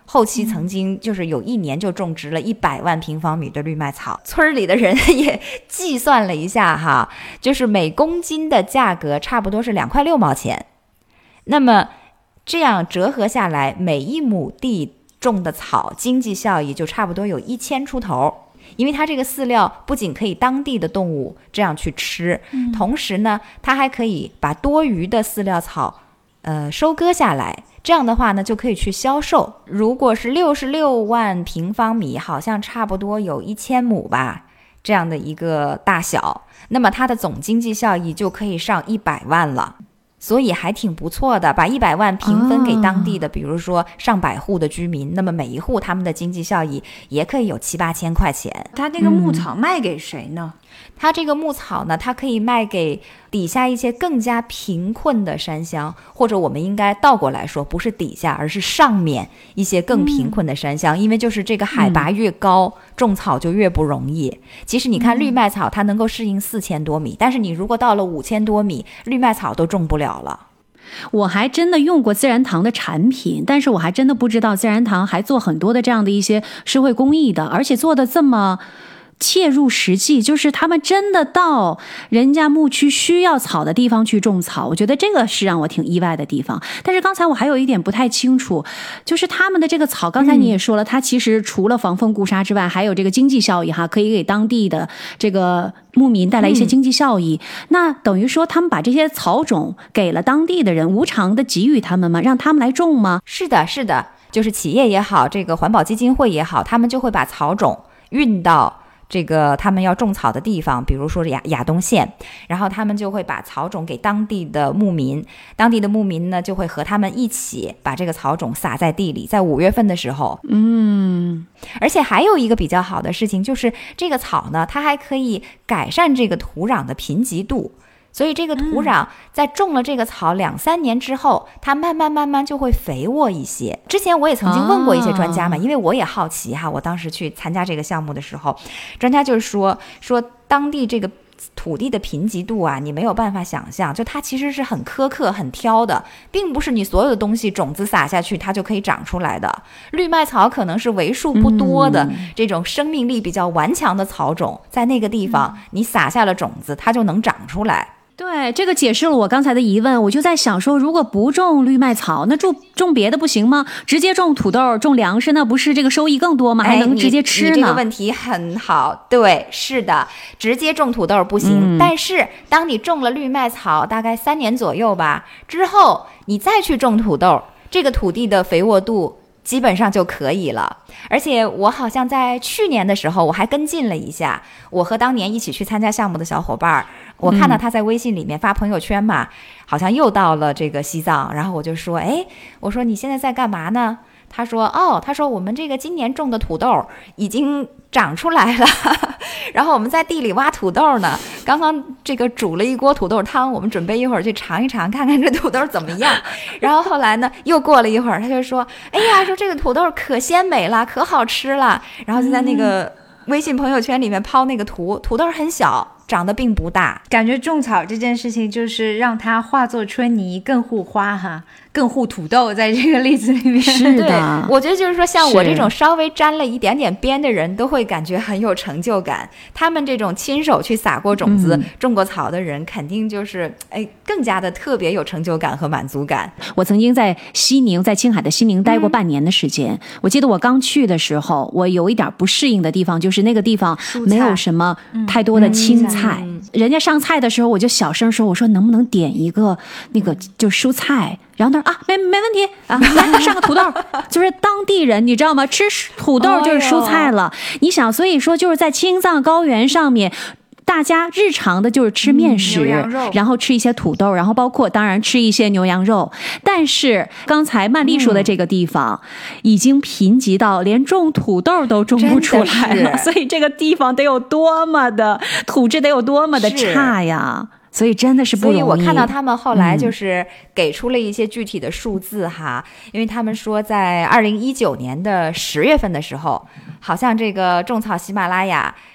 后期曾经就是有一年就种植了一百万平方米的绿麦草，村里的人也计算了一下哈，就是每公斤的价格差不多是两块六毛钱。那么这样折合下来，每一亩地种的草经济效益就差不多有一千出头。因为它这个饲料不仅可以当地的动物这样去吃，嗯、同时呢，它还可以把多余的饲料草，呃，收割下来。这样的话呢，就可以去销售。如果是六十六万平方米，好像差不多有一千亩吧，这样的一个大小，那么它的总经济效益就可以上一百万了。所以还挺不错的，把一百万平分给当地的、哦、比如说上百户的居民，那么每一户他们的经济效益也可以有七八千块钱。 他那个牧草卖给谁呢？ 嗯，它这个牧草呢，它可以卖给底下一些更加贫困的山乡，或者我们应该倒过来说，不是底下，而是上面一些更贫困的山乡，嗯、因为就是这个海拔越高，嗯、种草就越不容易。其实你看绿麦草，它能够适应四千多米，但是你如果到了五千多米，绿麦草都种不了了。 我还真的用过自然堂的产品，但是我还真的不知道自然堂还做很多的这样的一些社会公益的，而且做的这么切入实际，就是他们真的到人家牧区需要草的地方去种草，我觉得这个是让我挺意外的地方。但是刚才我还有一点不太清楚，就是他们的这个草，刚才你也说了，嗯、它其实除了防风固沙之外，还有这个经济效益哈，可以给当地的这个牧民带来一些经济效益。嗯、那等于说他们把这些草种给了当地的人，无偿的给予他们吗？让他们来种吗？ 是的，是的，就是企业也好，这个环保基金会也好，他们就会把草种运到这个他们要种草的地方，比如说亚亚东县，然后他们就会把草种给当地的牧民，当地的牧民呢就会和他们一起把这个草种撒在地里，在五月份的时候。 嗯， 而且还有一个比较好的事情，就是这个草呢，它还可以改善这个土壤的贫瘠度。所以这个土壤在种了这个草两三年之后，它慢慢慢慢就会肥沃一些。之前我也曾经问过一些专家嘛，因为我也好奇哈，我当时去参加这个项目的时候，专家就是说说当地这个土地的贫瘠度啊，你没有办法想象，就它其实是很苛刻很挑的，并不是你所有的东西种子撒下去它就可以长出来的。绿麦草可能是为数不多的这种生命力比较顽强的草种，在那个地方你撒下了种子，它就能长出来。 对，这个解释了我刚才的疑问。我就在想说，如果不种绿麦草，那种种别的不行吗？直接种土豆、种粮食，那不是这个收益更多吗？还能直接吃呢？ 哎、你, 你这个问题很好。对，是的，直接种土豆不行、嗯、但是当你种了绿麦草大概三年左右吧之后，你再去种土豆，这个土地的肥沃度基本上就可以了。而且我好像在去年的时候我还跟进了一下，我和当年一起去参加项目的小伙伴，我看到他在微信里面发朋友圈嘛、嗯、好像又到了这个西藏，然后我就说，哎，我说你现在在干嘛呢？他说，哦，他说我们这个今年种的土豆已经长出来了然后我们在地里挖土豆呢，刚刚这个煮了一锅土豆汤，我们准备一会儿去尝一尝，看看这土豆怎么样然后后来呢又过了一会儿，他就说，哎呀，说这个土豆可鲜美了，可好吃了，然后就在那个微信朋友圈里面抛那个图，土豆很小，长得并不大。 感觉种草这件事情就是让它化作春泥更护花哈，更护土豆，在这个例子里面。 是的， 对，我觉得就是说像我这种稍微沾了一点点边的人都会感觉很有成就感，他们这种亲手去撒过种子、嗯、种过草的人肯定就是哎更加的特别有成就感和满足感。 我曾经在西宁，在青海的西宁待过半年的时间、嗯、我记得我刚去的时候，我有一点不适应的地方就是那个地方没有什么太多的青菜、嗯嗯、人家上菜的时候我就小声说，我说能不能点一个那个就蔬菜，然后他说啊，没没问题啊，来上个土豆，就是当地人你知道吗？吃土豆就是蔬菜了。哦、你想，所以说就是在青藏高原上面，大家日常的就是吃面食、嗯、然后吃一些土豆，然后包括当然吃一些牛羊肉。但是刚才曼丽说的这个地方、嗯、已经贫瘠到连种土豆都种不出来了，所以这个地方得有多么的土质得有多么的差呀。所以真的是不容易。 所以我看到他们后来就是给出了一些具体的数字哈、嗯、因为他们说在二零一九年的十月份的时候，好像这个种草喜马拉雅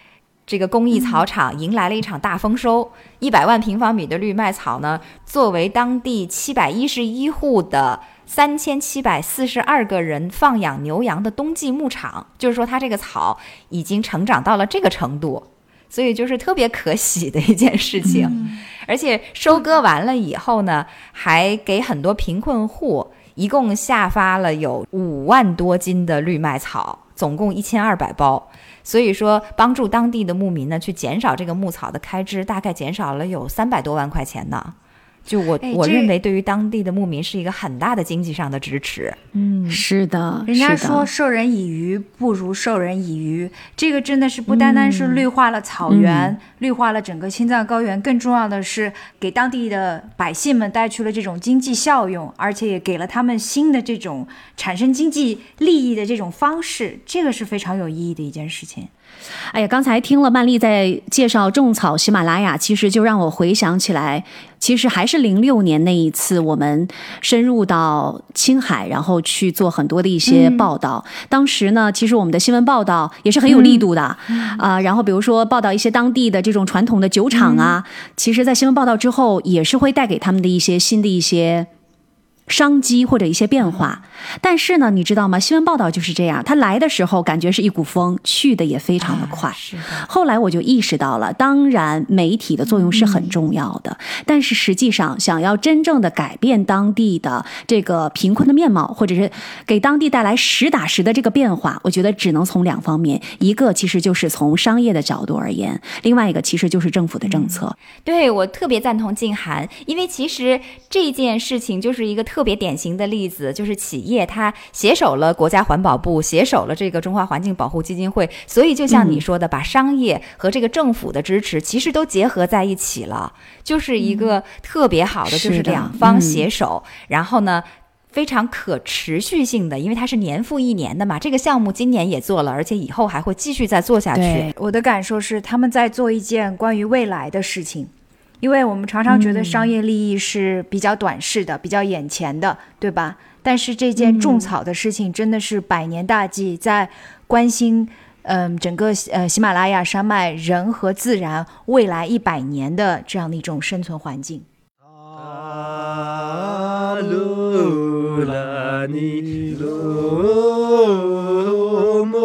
这个公益草场迎来了一场大丰收，一百万平方米的绿麦草呢，作为当地七百一十一户的三千七百四十二个人放养牛羊的冬季牧场，就是说它这个草已经成长到了这个程度，所以就是特别可喜的一件事情、嗯、而且收割完了以后呢，还给很多贫困户一共下发了有五万多斤的绿麦草，总共一千二百包，所以说帮助当地的牧民呢去减少这个牧草的开支，大概减少了有三百多万块钱呢。就我、哎、我认为对于当地的牧民是一个很大的经济上的支持。 嗯，是的， 人家说授人以鱼不如授人以渔，这个真的是不单单是绿化了草原、嗯、绿化了整个青藏高原，更重要的是给当地的百姓们带去了这种经济效用，而且也给了他们新的这种产生经济利益的这种方式，这个是非常有意义的一件事情。 哎呀，刚才听了曼丽在介绍种草喜马拉雅，其实就让我回想起来，其实还是零六年那一次我们深入到青海，然后去做很多的一些报道、嗯、当时呢其实我们的新闻报道也是很有力度的、嗯呃、然后比如说报道一些当地的这种传统的酒厂啊、嗯、其实在新闻报道之后也是会带给他们的一些新的一些商机或者一些变化。但是呢你知道吗，新闻报道就是这样，它来的时候感觉是一股风，去的也非常的快、啊、是的。后来我就意识到了，当然媒体的作用是很重要的、嗯、但是实际上想要真正的改变当地的这个贫困的面貌，或者是给当地带来实打实的这个变化，我觉得只能从两方面，一个其实就是从商业的角度而言，另外一个其实就是政府的政策、 嗯、对，我特别赞同静涵，因为其实这件事情就是一个特别典型的例子，就是企业它携手了国家环保部，携手了这个中华环境保护基金会，所以就像你说的、嗯、把商业和这个政府的支持其实都结合在一起了，就是一个特别好的、嗯、就是两方携手、嗯、然后呢非常可持续性的，因为它是年复一年的嘛，这个项目今年也做了，而且以后还会继续再做下去。 我的感受是他们在做一件关于未来的事情，因为我们常常觉得商业利益是比较短视的、嗯、比较眼前的，对吧？但是这件种草的事情真的是百年大计，在关心嗯整个呃喜马拉雅山脉人和自然未来一百年的这样的一种生存环境。阿鲁拉尼鲁莫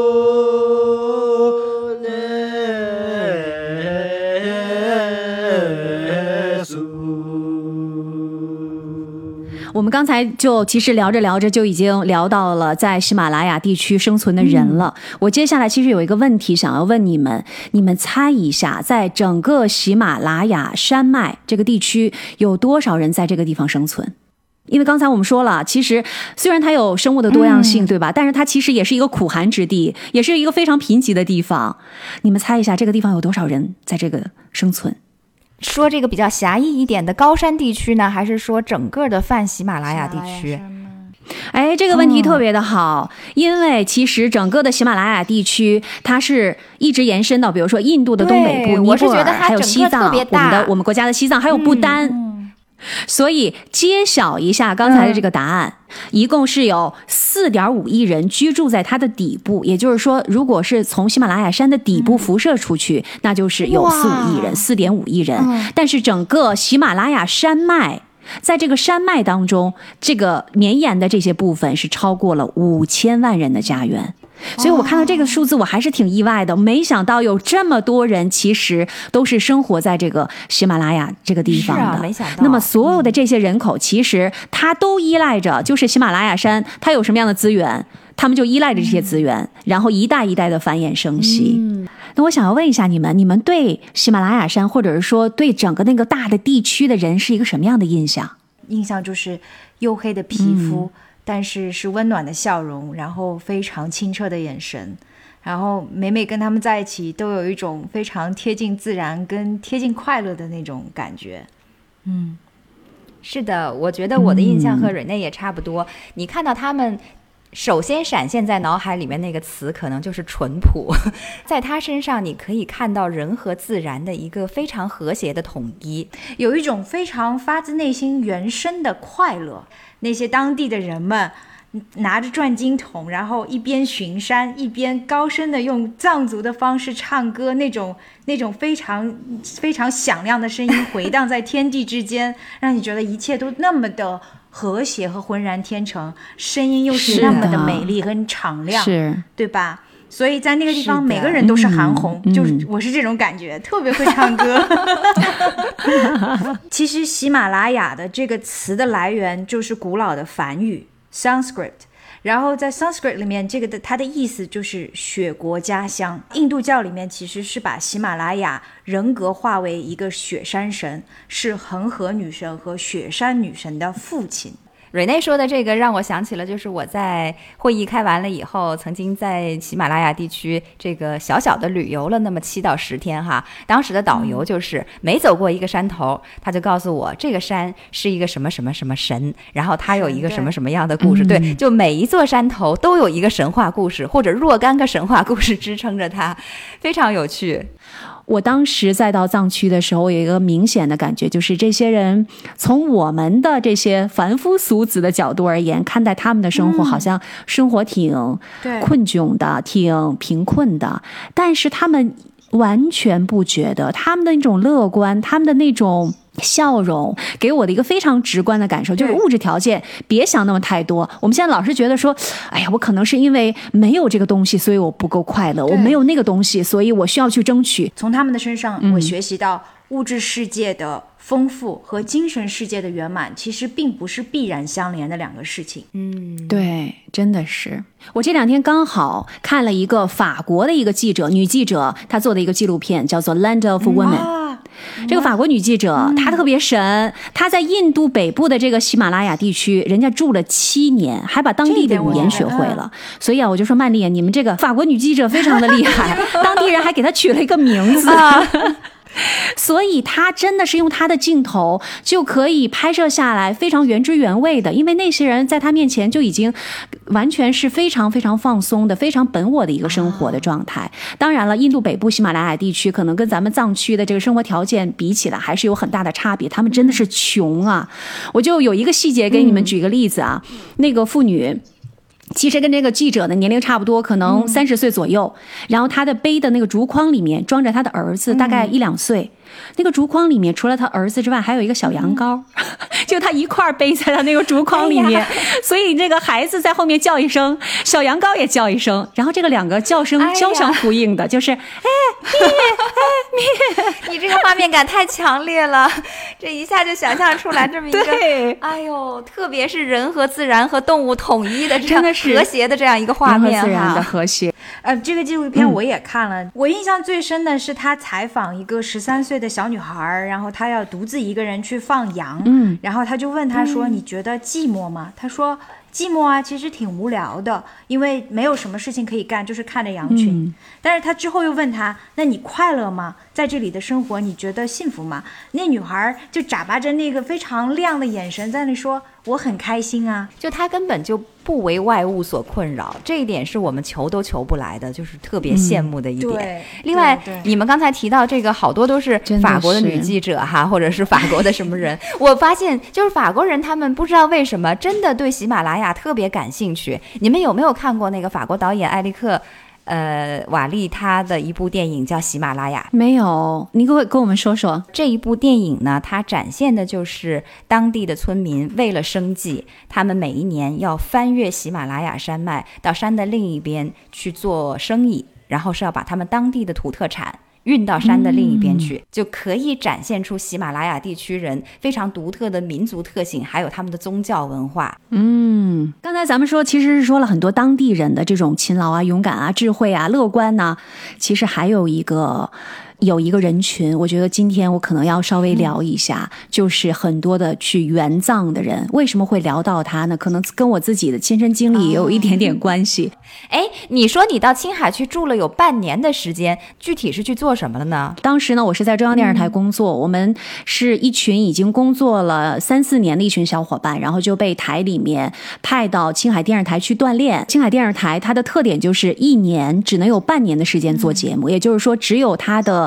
我们刚才就其实聊着聊着就已经聊到了在喜马拉雅地区生存的人了、嗯、我接下来其实有一个问题想要问你们，你们猜一下在整个喜马拉雅山脉这个地区有多少人在这个地方生存？因为刚才我们说了，其实虽然它有生物的多样性、嗯、对吧，但是它其实也是一个苦寒之地，也是一个非常贫瘠的地方。你们猜一下这个地方有多少人在这个生存？ 说这个比较狭义一点的高山地区呢，还是说整个的泛喜马拉雅地区？ 哎，这个问题特别的好、嗯、因为其实整个的喜马拉雅地区它是一直延伸到比如说印度的东北部尼泊尔，还有西藏，我们的我们国家的西藏，还有不丹、嗯、所以揭晓一下刚才的这个答案、嗯、一共是有 四点五亿人居住在它的底部，也就是说如果是从喜马拉雅山的底部辐射出去、嗯、那就是有四五亿人 四点五亿人、嗯、但是整个喜马拉雅山脉在这个山脉当中，这个绵延的这些部分是超过了五千万人的家园，所以我看到这个数字我还是挺意外的、哦、没想到有这么多人其实都是生活在这个喜马拉雅这个地方的。 是啊，没想到。 那么所有的这些人口其实它都依赖着就是喜马拉雅山它有什么样的资源，他们就依赖着这些资源、嗯、然后一代一代的繁衍生息、嗯、那我想要问一下你们，你们对喜马拉雅山或者是说对整个那个大的地区的人是一个什么样的印象？ 印象就是黝黑的皮肤、嗯、但是是温暖的笑容，然后非常清澈的眼神，然后每每跟他们在一起都有一种非常贴近自然跟贴近快乐的那种感觉。 嗯，是的，我觉得我的印象和瑞内也差不多、嗯、你看到他们首先闪现在脑海里面那个词可能就是淳朴，在他身上你可以看到人和自然的一个非常和谐的统一， 有一种非常发自内心原生的快乐。那些当地的人们拿着转经筒，然后一边巡山一边高声的用藏族的方式唱歌，那种那种非常非常响亮的声音回荡在天地之间，让你觉得一切都那么的和谐和浑然天成，声音又是那么的美丽和敞亮， 是， 对吧？所以在那个地方每个人都是韩红、嗯、就是我是这种感觉、嗯、特别会唱歌其实喜马拉雅的这个词的来源就是古老的梵语 Sanskrit， 然后在 Sanskrit 里面这个的它的意思就是雪国家乡。印度教里面其实是把喜马拉雅人格化为一个雪山神，是恒河女神和雪山女神的父亲。 瑞内说的这个让我想起了，就是我在会议开完了以后，曾经在喜马拉雅地区这个小小的旅游了那么七到十天哈。当时的导游就是每走过一个山头，他就告诉我这个山是一个什么什么什么神，然后他有一个什么什么样的故事。对，对就每一座山头都有一个神话故事，或者若干个神话故事支撑着它，非常有趣。 我当时再到藏区的时候，有一个明显的感觉，就是这些人从我们的这些凡夫俗子的角度而言，看待他们的生活好像生活挺困窘的、嗯、挺贫困的，但是他们完全不觉得，他们的那种乐观，他们的那种笑容给我的一个非常直观的感受，就是物质条件别想那么太多。我们现在老是觉得说，哎呀，我可能是因为没有这个东西所以我不够快乐，我没有那个东西所以我需要去争取。 从他们的身上我学习到物质世界的丰富和精神世界的圆满其实并不是必然相连的两个事情。 嗯，对，真的是。我这两天刚好看了一个法国的一个记者，女记者，她做的一个纪录片叫做 Land of Women、嗯啊、这个法国女记者、嗯、她特别神，她在印度北部的这个喜马拉雅地区人家住了七年，还把当地的语言学会了。所以啊，我就说曼丽，你们这个法国女记者非常的厉害当地人还给她取了一个名字啊所以他真的是用他的镜头就可以拍摄下来非常原汁原味的，因为那些人在他面前就已经完全是非常非常放松的，非常本我的一个生活的状态。当然了，印度北部喜马拉雅地区可能跟咱们藏区的这个生活条件比起来还是有很大的差别，他们真的是穷啊。我就有一个细节给你们举个例子啊，那个妇女其实跟这个记者的年龄差不多，可能三十岁左右、嗯、然后他的背的那个竹筐里面装着他的儿子，大概一两岁、嗯、那个竹筐里面除了他儿子之外还有一个小羊羔、嗯、就他一块背在他那个竹筐里面、哎、所以这个孩子在后面叫一声，小羊羔也叫一声，然后这个两个叫声交相呼应的、哎、就是哎咪哎咪你这个画面感太强烈了，这一下就想象出来这么一个对， 哎呦，特别是人和自然和动物统一的这样和谐的这样一个画面哈， 人和自然的和谐。 呃，这个纪录片我也看了、嗯、我印象最深的是他采访一个十三岁的小女孩，然后她要独自一个人去放羊，嗯，然后他就问她说、嗯、你觉得寂寞吗？她说寂寞啊，其实挺无聊的，因为没有什么事情可以干，就是看着羊群、嗯、但是他之后又问她，那你快乐吗？在这里的生活你觉得幸福吗？那女孩就眨巴着那个非常亮的眼神在那说我很开心啊。 就她根本就不为外物所困扰，这一点是我们求都求不来的，就是特别羡慕的一点、嗯、另外你们刚才提到这个好多都是法国的女记者哈，或者是法国的什么人我发现就是法国人他们不知道为什么真的对喜马拉雅特别感兴趣。你们有没有看过那个法国导演艾利克呃，瓦利他的一部电影叫《喜马拉雅》？ 没有，你给我跟我们说说。 这一部电影呢，它展现的就是当地的村民为了生计，他们每一年要翻越喜马拉雅山脉到山的另一边去做生意，然后是要把他们当地的土特产运到山的另一边去、嗯、就可以展现出喜马拉雅地区人非常独特的民族特性，还有他们的宗教文化。 嗯，刚才咱们说其实是说了很多当地人的这种勤劳啊、勇敢啊、智慧啊、乐观呐、啊，其实还有一个有一个人群，我觉得今天我可能要稍微聊一下、嗯、就是很多的去援藏的人。为什么会聊到他呢？可能跟我自己的亲身经历也有一点点关系。 哎、哦，你说你到青海去住了有半年的时间，具体是去做什么了呢？ 当时呢，我是在中央电视台工作、嗯、我们是一群已经工作了三四年的一群小伙伴，然后就被台里面派到青海电视台去锻炼。青海电视台它的特点就是一年只能有半年的时间做节目、嗯、也就是说只有它的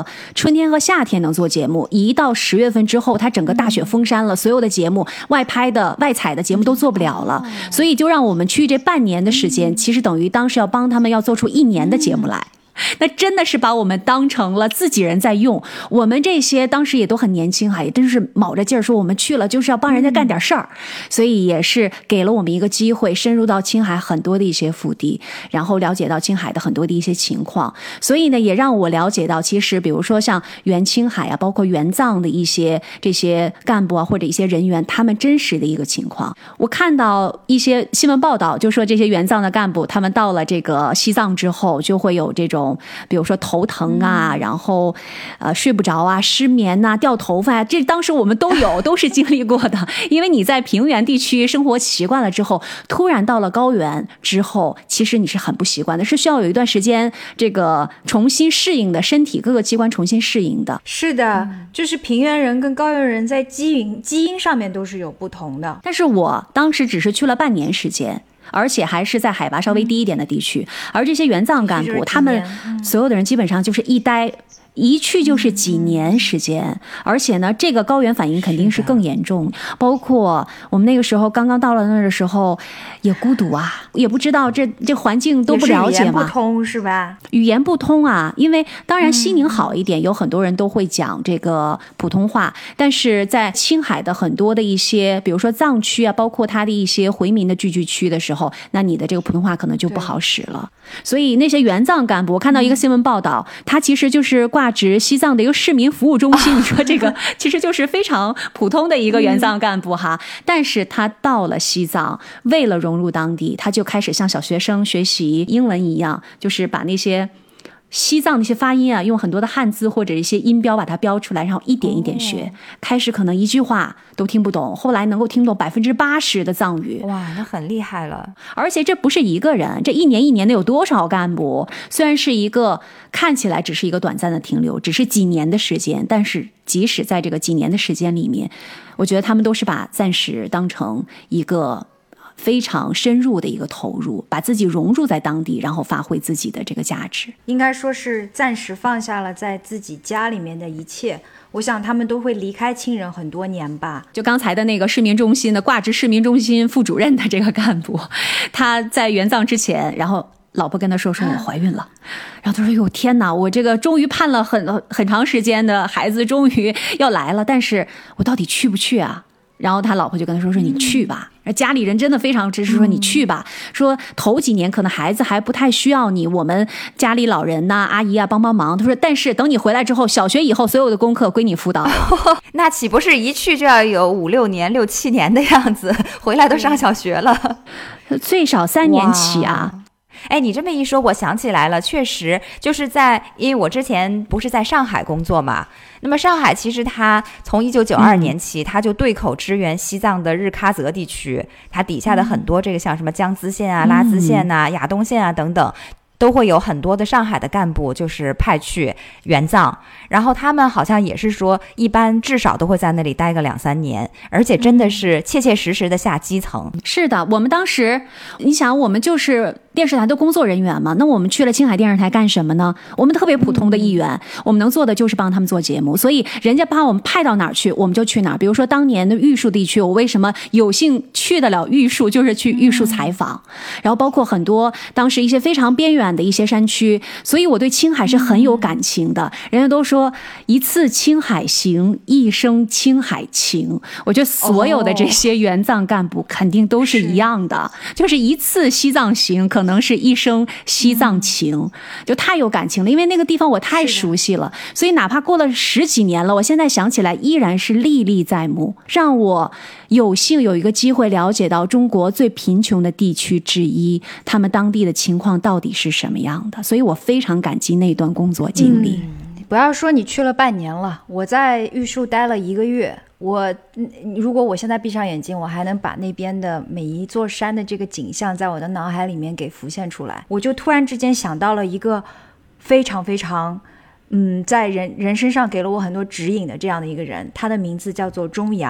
春天和夏天能做节目，一到十月份之后，它整个大雪封山了，所有的节目外拍的外采的节目都做不了了，所以就让我们去这半年的时间，其实等于当时要帮他们要做出一年的节目来。那真的是把我们当成了自己人在用，我们这些当时也都很年轻哈，也真是卯着劲儿说我们去了就是要帮人家干点事儿，所以也是给了我们一个机会，深入到青海很多的一些腹地，然后了解到青海的很多的一些情况，所以呢也让我了解到，其实比如说像原青海啊，包括原藏的一些这些干部啊或者一些人员，他们真实的一个情况。我看到一些新闻报道就说这些原藏的干部他们到了这个西藏之后就会有这种比如说头疼啊、嗯、然后呃睡不着啊、失眠啊、掉头发啊，这当时我们都有都是经历过的。因为你在平原地区生活习惯了之后，突然到了高原之后，其实你是很不习惯的，是需要有一段时间这个重新适应的，身体各个器官重新适应的。 是的、嗯、就是平原人跟高原人在基因基因上面都是有不同的。 但是我当时只是去了半年时间，而且还是在海拔稍微低一点的地区、嗯、而这些原藏干部他们所有的人基本上就是一待一去就是几年时间、嗯、而且呢这个高原反应肯定是更严重，包括我们那个时候刚刚到了那儿的时候也孤独啊，也不知道这这环境都不了解嘛， 语言不通是吧？ 语言不通啊，因为当然西宁好一点、嗯、有很多人都会讲这个普通话，但是在青海的很多的一些比如说藏区啊，包括它的一些回民的聚居区的时候，那你的这个普通话可能就不好使了。所以那些原藏干部，我看到一个新闻报道、嗯、他其实就是挂职西藏的一个市民服务中心、啊、你说这个其实就是非常普通的一个原藏干部哈、嗯、但是他到了西藏，为了融入当地，他就开始像小学生学习英文一样，就是把那些西藏那些发音啊，用很多的汉字或者一些音标把它标出来，然后一点一点学、哦、开始可能一句话都听不懂，后来能够听懂百分之八十的藏语。 哇，那很厉害了。 而且这不是一个人，这一年一年的有多少干部，虽然是一个看起来只是一个短暂的停留，只是几年的时间，但是即使在这个几年的时间里面，我觉得他们都是把暂时当成一个非常深入的一个投入，把自己融入在当地，然后发挥自己的这个价值。 应该说是暂时放下了在自己家里面的一切，我想他们都会离开亲人很多年吧。 就刚才的那个市民中心的挂职市民中心副主任的这个干部，他在援藏之前，然后老婆跟他说说我怀孕了，然后他说哟天哪，我这个终于盼了很很长时间的孩子终于要来了，但是我到底去不去啊？然后他老婆就跟他说说你去吧、嗯、家里人真的非常支持，说你去吧、嗯、说头几年可能孩子还不太需要你，我们家里老人呐、阿姨啊帮帮忙，他说但是等你回来之后，小学以后所有的功课归你辅导、 哦、那岂不是一去就要有五六年六七年的样子，回来都上小学了， 最少三年起啊。 哎，你这么一说我想起来了，确实就是在因为我之前不是在上海工作嘛，那么上海其实它从一九九二年起、嗯、它就对口支援西藏的日喀则地区，它底下的很多这个像什么江孜县啊、拉孜县啊、雅东县啊等等，都会有很多的上海的干部就是派去援藏，然后他们好像也是说一般至少都会在那里待个两三年，而且真的是切切实实的下基层。 是的，我们当时你想我们就是电视台的工作人员嘛，那我们去了青海电视台干什么呢？我们特别普通的一员、嗯、我们能做的就是帮他们做节目，所以人家把我们派到哪儿去我们就去哪儿。比如说当年的玉树地区，我为什么有幸去得了玉树，就是去玉树采访、嗯、然后包括很多当时一些非常边远的一些山区，所以我对青海是很有感情的、嗯、人家都说一次青海行，一生青海情，我觉得所有的这些援藏干部肯定都是一样的、哦、是就是一次西藏行可能是一生西藏情、嗯、就太有感情了，因为那个地方我太熟悉了，所以哪怕过了十几年了，我现在想起来依然是历历在目，让我有幸有一个机会了解到中国最贫穷的地区之一，他们当地的情况到底是什么样的，所以我非常感激那段工作经历、 嗯，不要说你去了半年了，我在玉树待了一个月，我如果我现在闭上眼睛，我还能把那边的每一座山的这个景象在我的脑海里面给浮现出来。我就突然之间想到了一个非常非常嗯，在人人身上给了我很多指引的这样的一个人，他的名字叫做钟阳。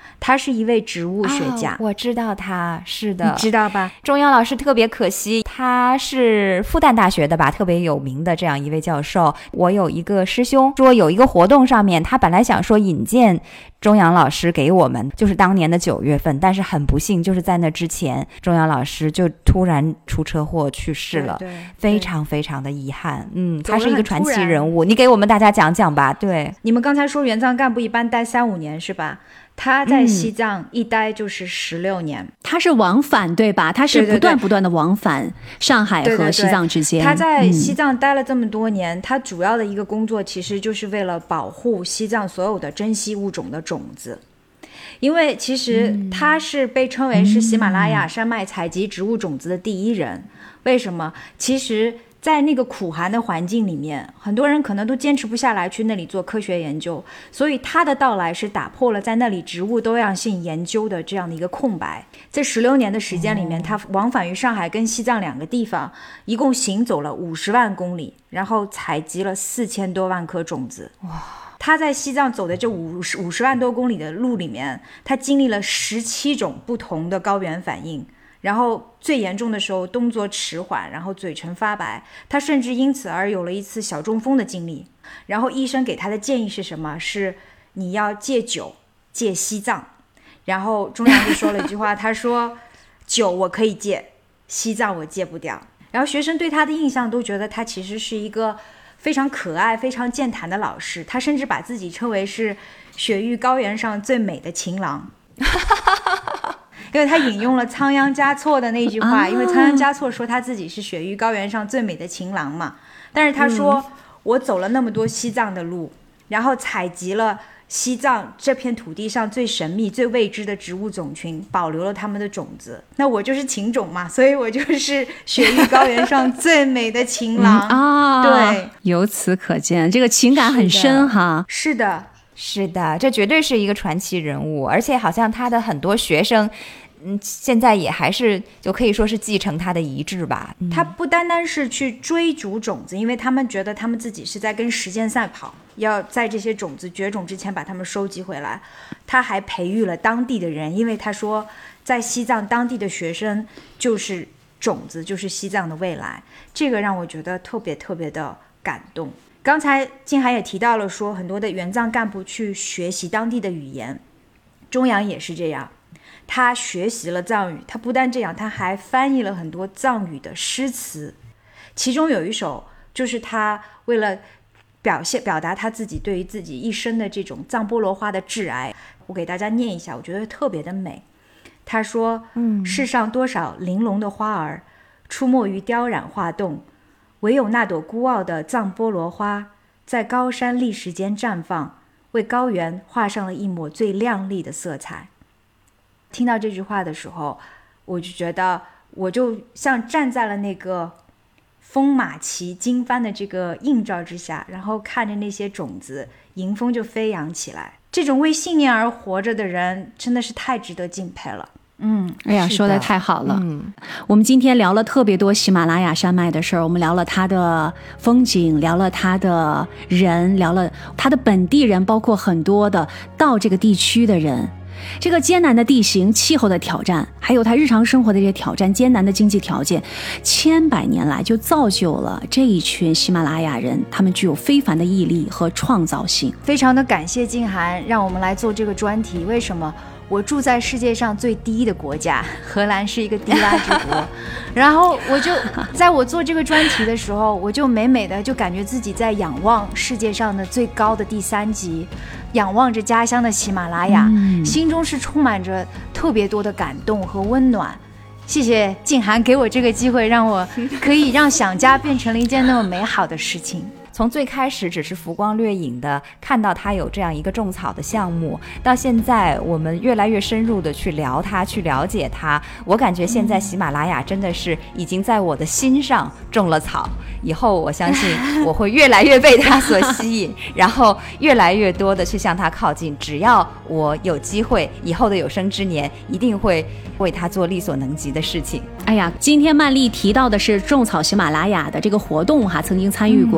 他是一位植物学家、 哦、我知道他，是的， 你知道吧？ 钟阳老师特别可惜，他是复旦大学的吧，特别有名的这样一位教授。我有一个师兄说有一个活动上面，他本来想说引荐钟阳老师给我们，就是当年的九月份，但是很不幸就是在那之前钟阳老师就突然出车祸去世了， 对对对， 非常非常的遗憾。嗯，他是一个传奇人物，你给我们大家讲讲吧。对， 你们刚才说援藏干部一般待三五年是吧？他在西藏一待就是十六年、嗯、 他是往返对吧？他是不断不断的往返上海和西藏之间。 对对对，他在西藏待了这么多年、嗯、他主要的一个工作其实就是为了保护西藏所有的珍稀物种的种子，因为其实他是被称为是喜马拉雅山脉采集植物种子的第一人、嗯、为什么？其实在那个苦寒的环境里面，很多人可能都坚持不下来去那里做科学研究，所以他的到来是打破了在那里植物多样性研究的这样的一个空白。这十六年的时间里面、哦、他往返于上海跟西藏两个地方，一共行走了五十万公里，然后采集了四千多万颗种子。哇！他在西藏走的这五十五十万多公里的路里面，他经历了十七种不同的高原反应，然后最严重的时候动作迟缓，然后嘴唇发白，他甚至因此而有了一次小中风的经历。然后医生给他的建议是什么？是你要戒酒戒西藏。然后钟阳就说了一句话，他说酒我可以戒，西藏我戒不掉。然后学生对他的印象都觉得他其实是一个非常可爱非常健谈的老师，他甚至把自己称为是雪域高原上最美的情郎因为他引用了仓央嘉措的那句话、啊、因为仓央嘉措说他自己是雪域高原上最美的情郎嘛，但是他说、嗯、我走了那么多西藏的路，然后采集了西藏这片土地上最神秘最未知的植物种群，保留了它们的种子，那我就是情种嘛，所以我就是雪域高原上最美的情郎、嗯、啊，对， 由此可见这个情感很深哈。 是的是的，这绝对是一个传奇人物，而且好像他的很多学生嗯，现在也还是就可以说是继承他的遗志吧、嗯、 他不单单是去追逐种子，因为他们觉得他们自己是在跟时间赛跑，要在这些种子绝种之前把它们收集回来。他还培育了当地的人，因为他说在西藏当地的学生就是种子，就是西藏的未来，这个让我觉得特别特别的感动。刚才静涵也提到了说很多的援藏干部去学习当地的语言，钟阳也是这样，他学习了藏语，他不但这样，他还翻译了很多藏语的诗词，其中有一首就是他为了表现表达他自己对于自己一生的这种藏菠萝花的挚爱，我给大家念一下，我觉得特别的美。他说、嗯、世上多少玲珑的花儿出没于雕染画洞，唯有那朵孤傲的藏菠萝花在高山砾石间绽放，为高原画上了一抹最亮丽的色彩。听到这句话的时候，我就觉得我就像站在了那个风马旗经幡的这个映照之下，然后看着那些种子迎风就飞扬起来，这种为信念而活着的人真的是太值得敬佩了。 嗯，哎呀，说的太好了。嗯，我们今天聊了特别多喜马拉雅山脉的事儿，我们聊了它的风景，聊了它的人，聊了它的本地人，包括很多的到这个地区的人。这个艰难的地形、气候的挑战，还有他日常生活的这些挑战、艰难的经济条件，千百年来就造就了这一群喜马拉雅人，他们具有非凡的毅力和创造性。 非常的感谢静涵让我们来做这个专题。为什么？我住在世界上最低的国家，荷兰是一个低洼之国然后我就在我做这个专题的时候，我就美美的就感觉自己在仰望世界上的最高的第三极，仰望着家乡的喜马拉雅、嗯、心中是充满着特别多的感动和温暖。谢谢静涵给我这个机会，让我可以让想家变成了一件那么美好的事情。 从最开始只是浮光掠影的看到它有这样一个种草的项目，到现在我们越来越深入的去聊它，去了解它，我感觉现在喜马拉雅真的是已经在我的心上种了草，以后我相信我会越来越被它所吸引然后越来越多的去向它靠近，只要我有机会，以后的有生之年一定会为它做力所能及的事情。 哎呀，今天曼丽提到的是种草喜马拉雅的这个活动哈，曾经参与过的、嗯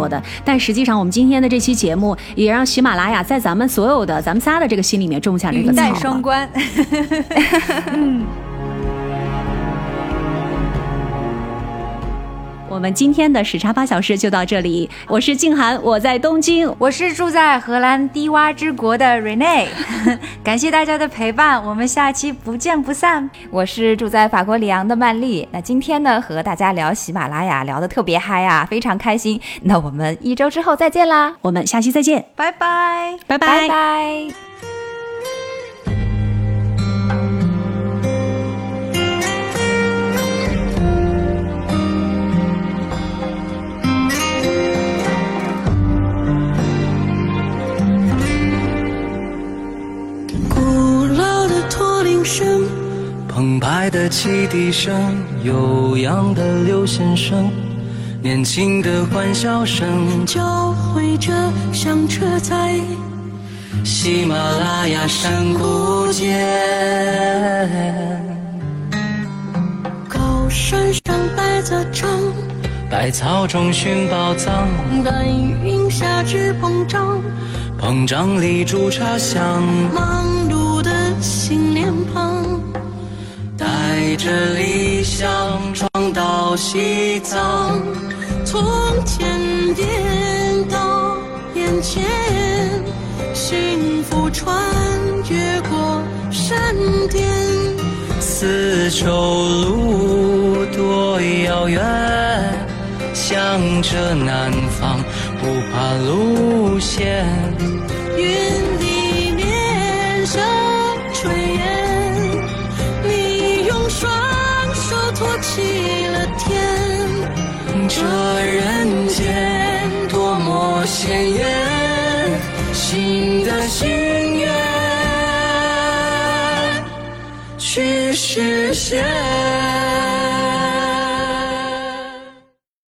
但实际上我们今天的这期节目也让喜马拉雅在咱们所有的咱们仨的这个心里面种下这个草了。 云淡双关。 嗯。我们今天的时差八小时就到这里，我是静涵，我在东京， 我是住在荷兰低洼之国的 Renee， 感谢大家的陪伴，我们下期不见不散。 我是住在法国里昂的曼丽，那今天呢和大家聊喜马拉雅聊得特别嗨啊，非常开心，那我们一周之后再见啦， 我们下期再见， 拜拜拜拜拜拜。 澎湃的汽笛声，悠扬的流线声，年轻的欢笑声，交汇着响彻在喜马拉雅山谷间。高山上白泽长，百草中寻宝藏，白云下只膨胀，膨胀里煮茶香，忙碌的新脸庞，带着理想闯到西藏，从天边到眼前，幸福穿越过山巅，丝绸路多遥远，向着南方不怕路险，云里面生炊烟，双手托起了天，这人间多么鲜艳，新的心愿去实现。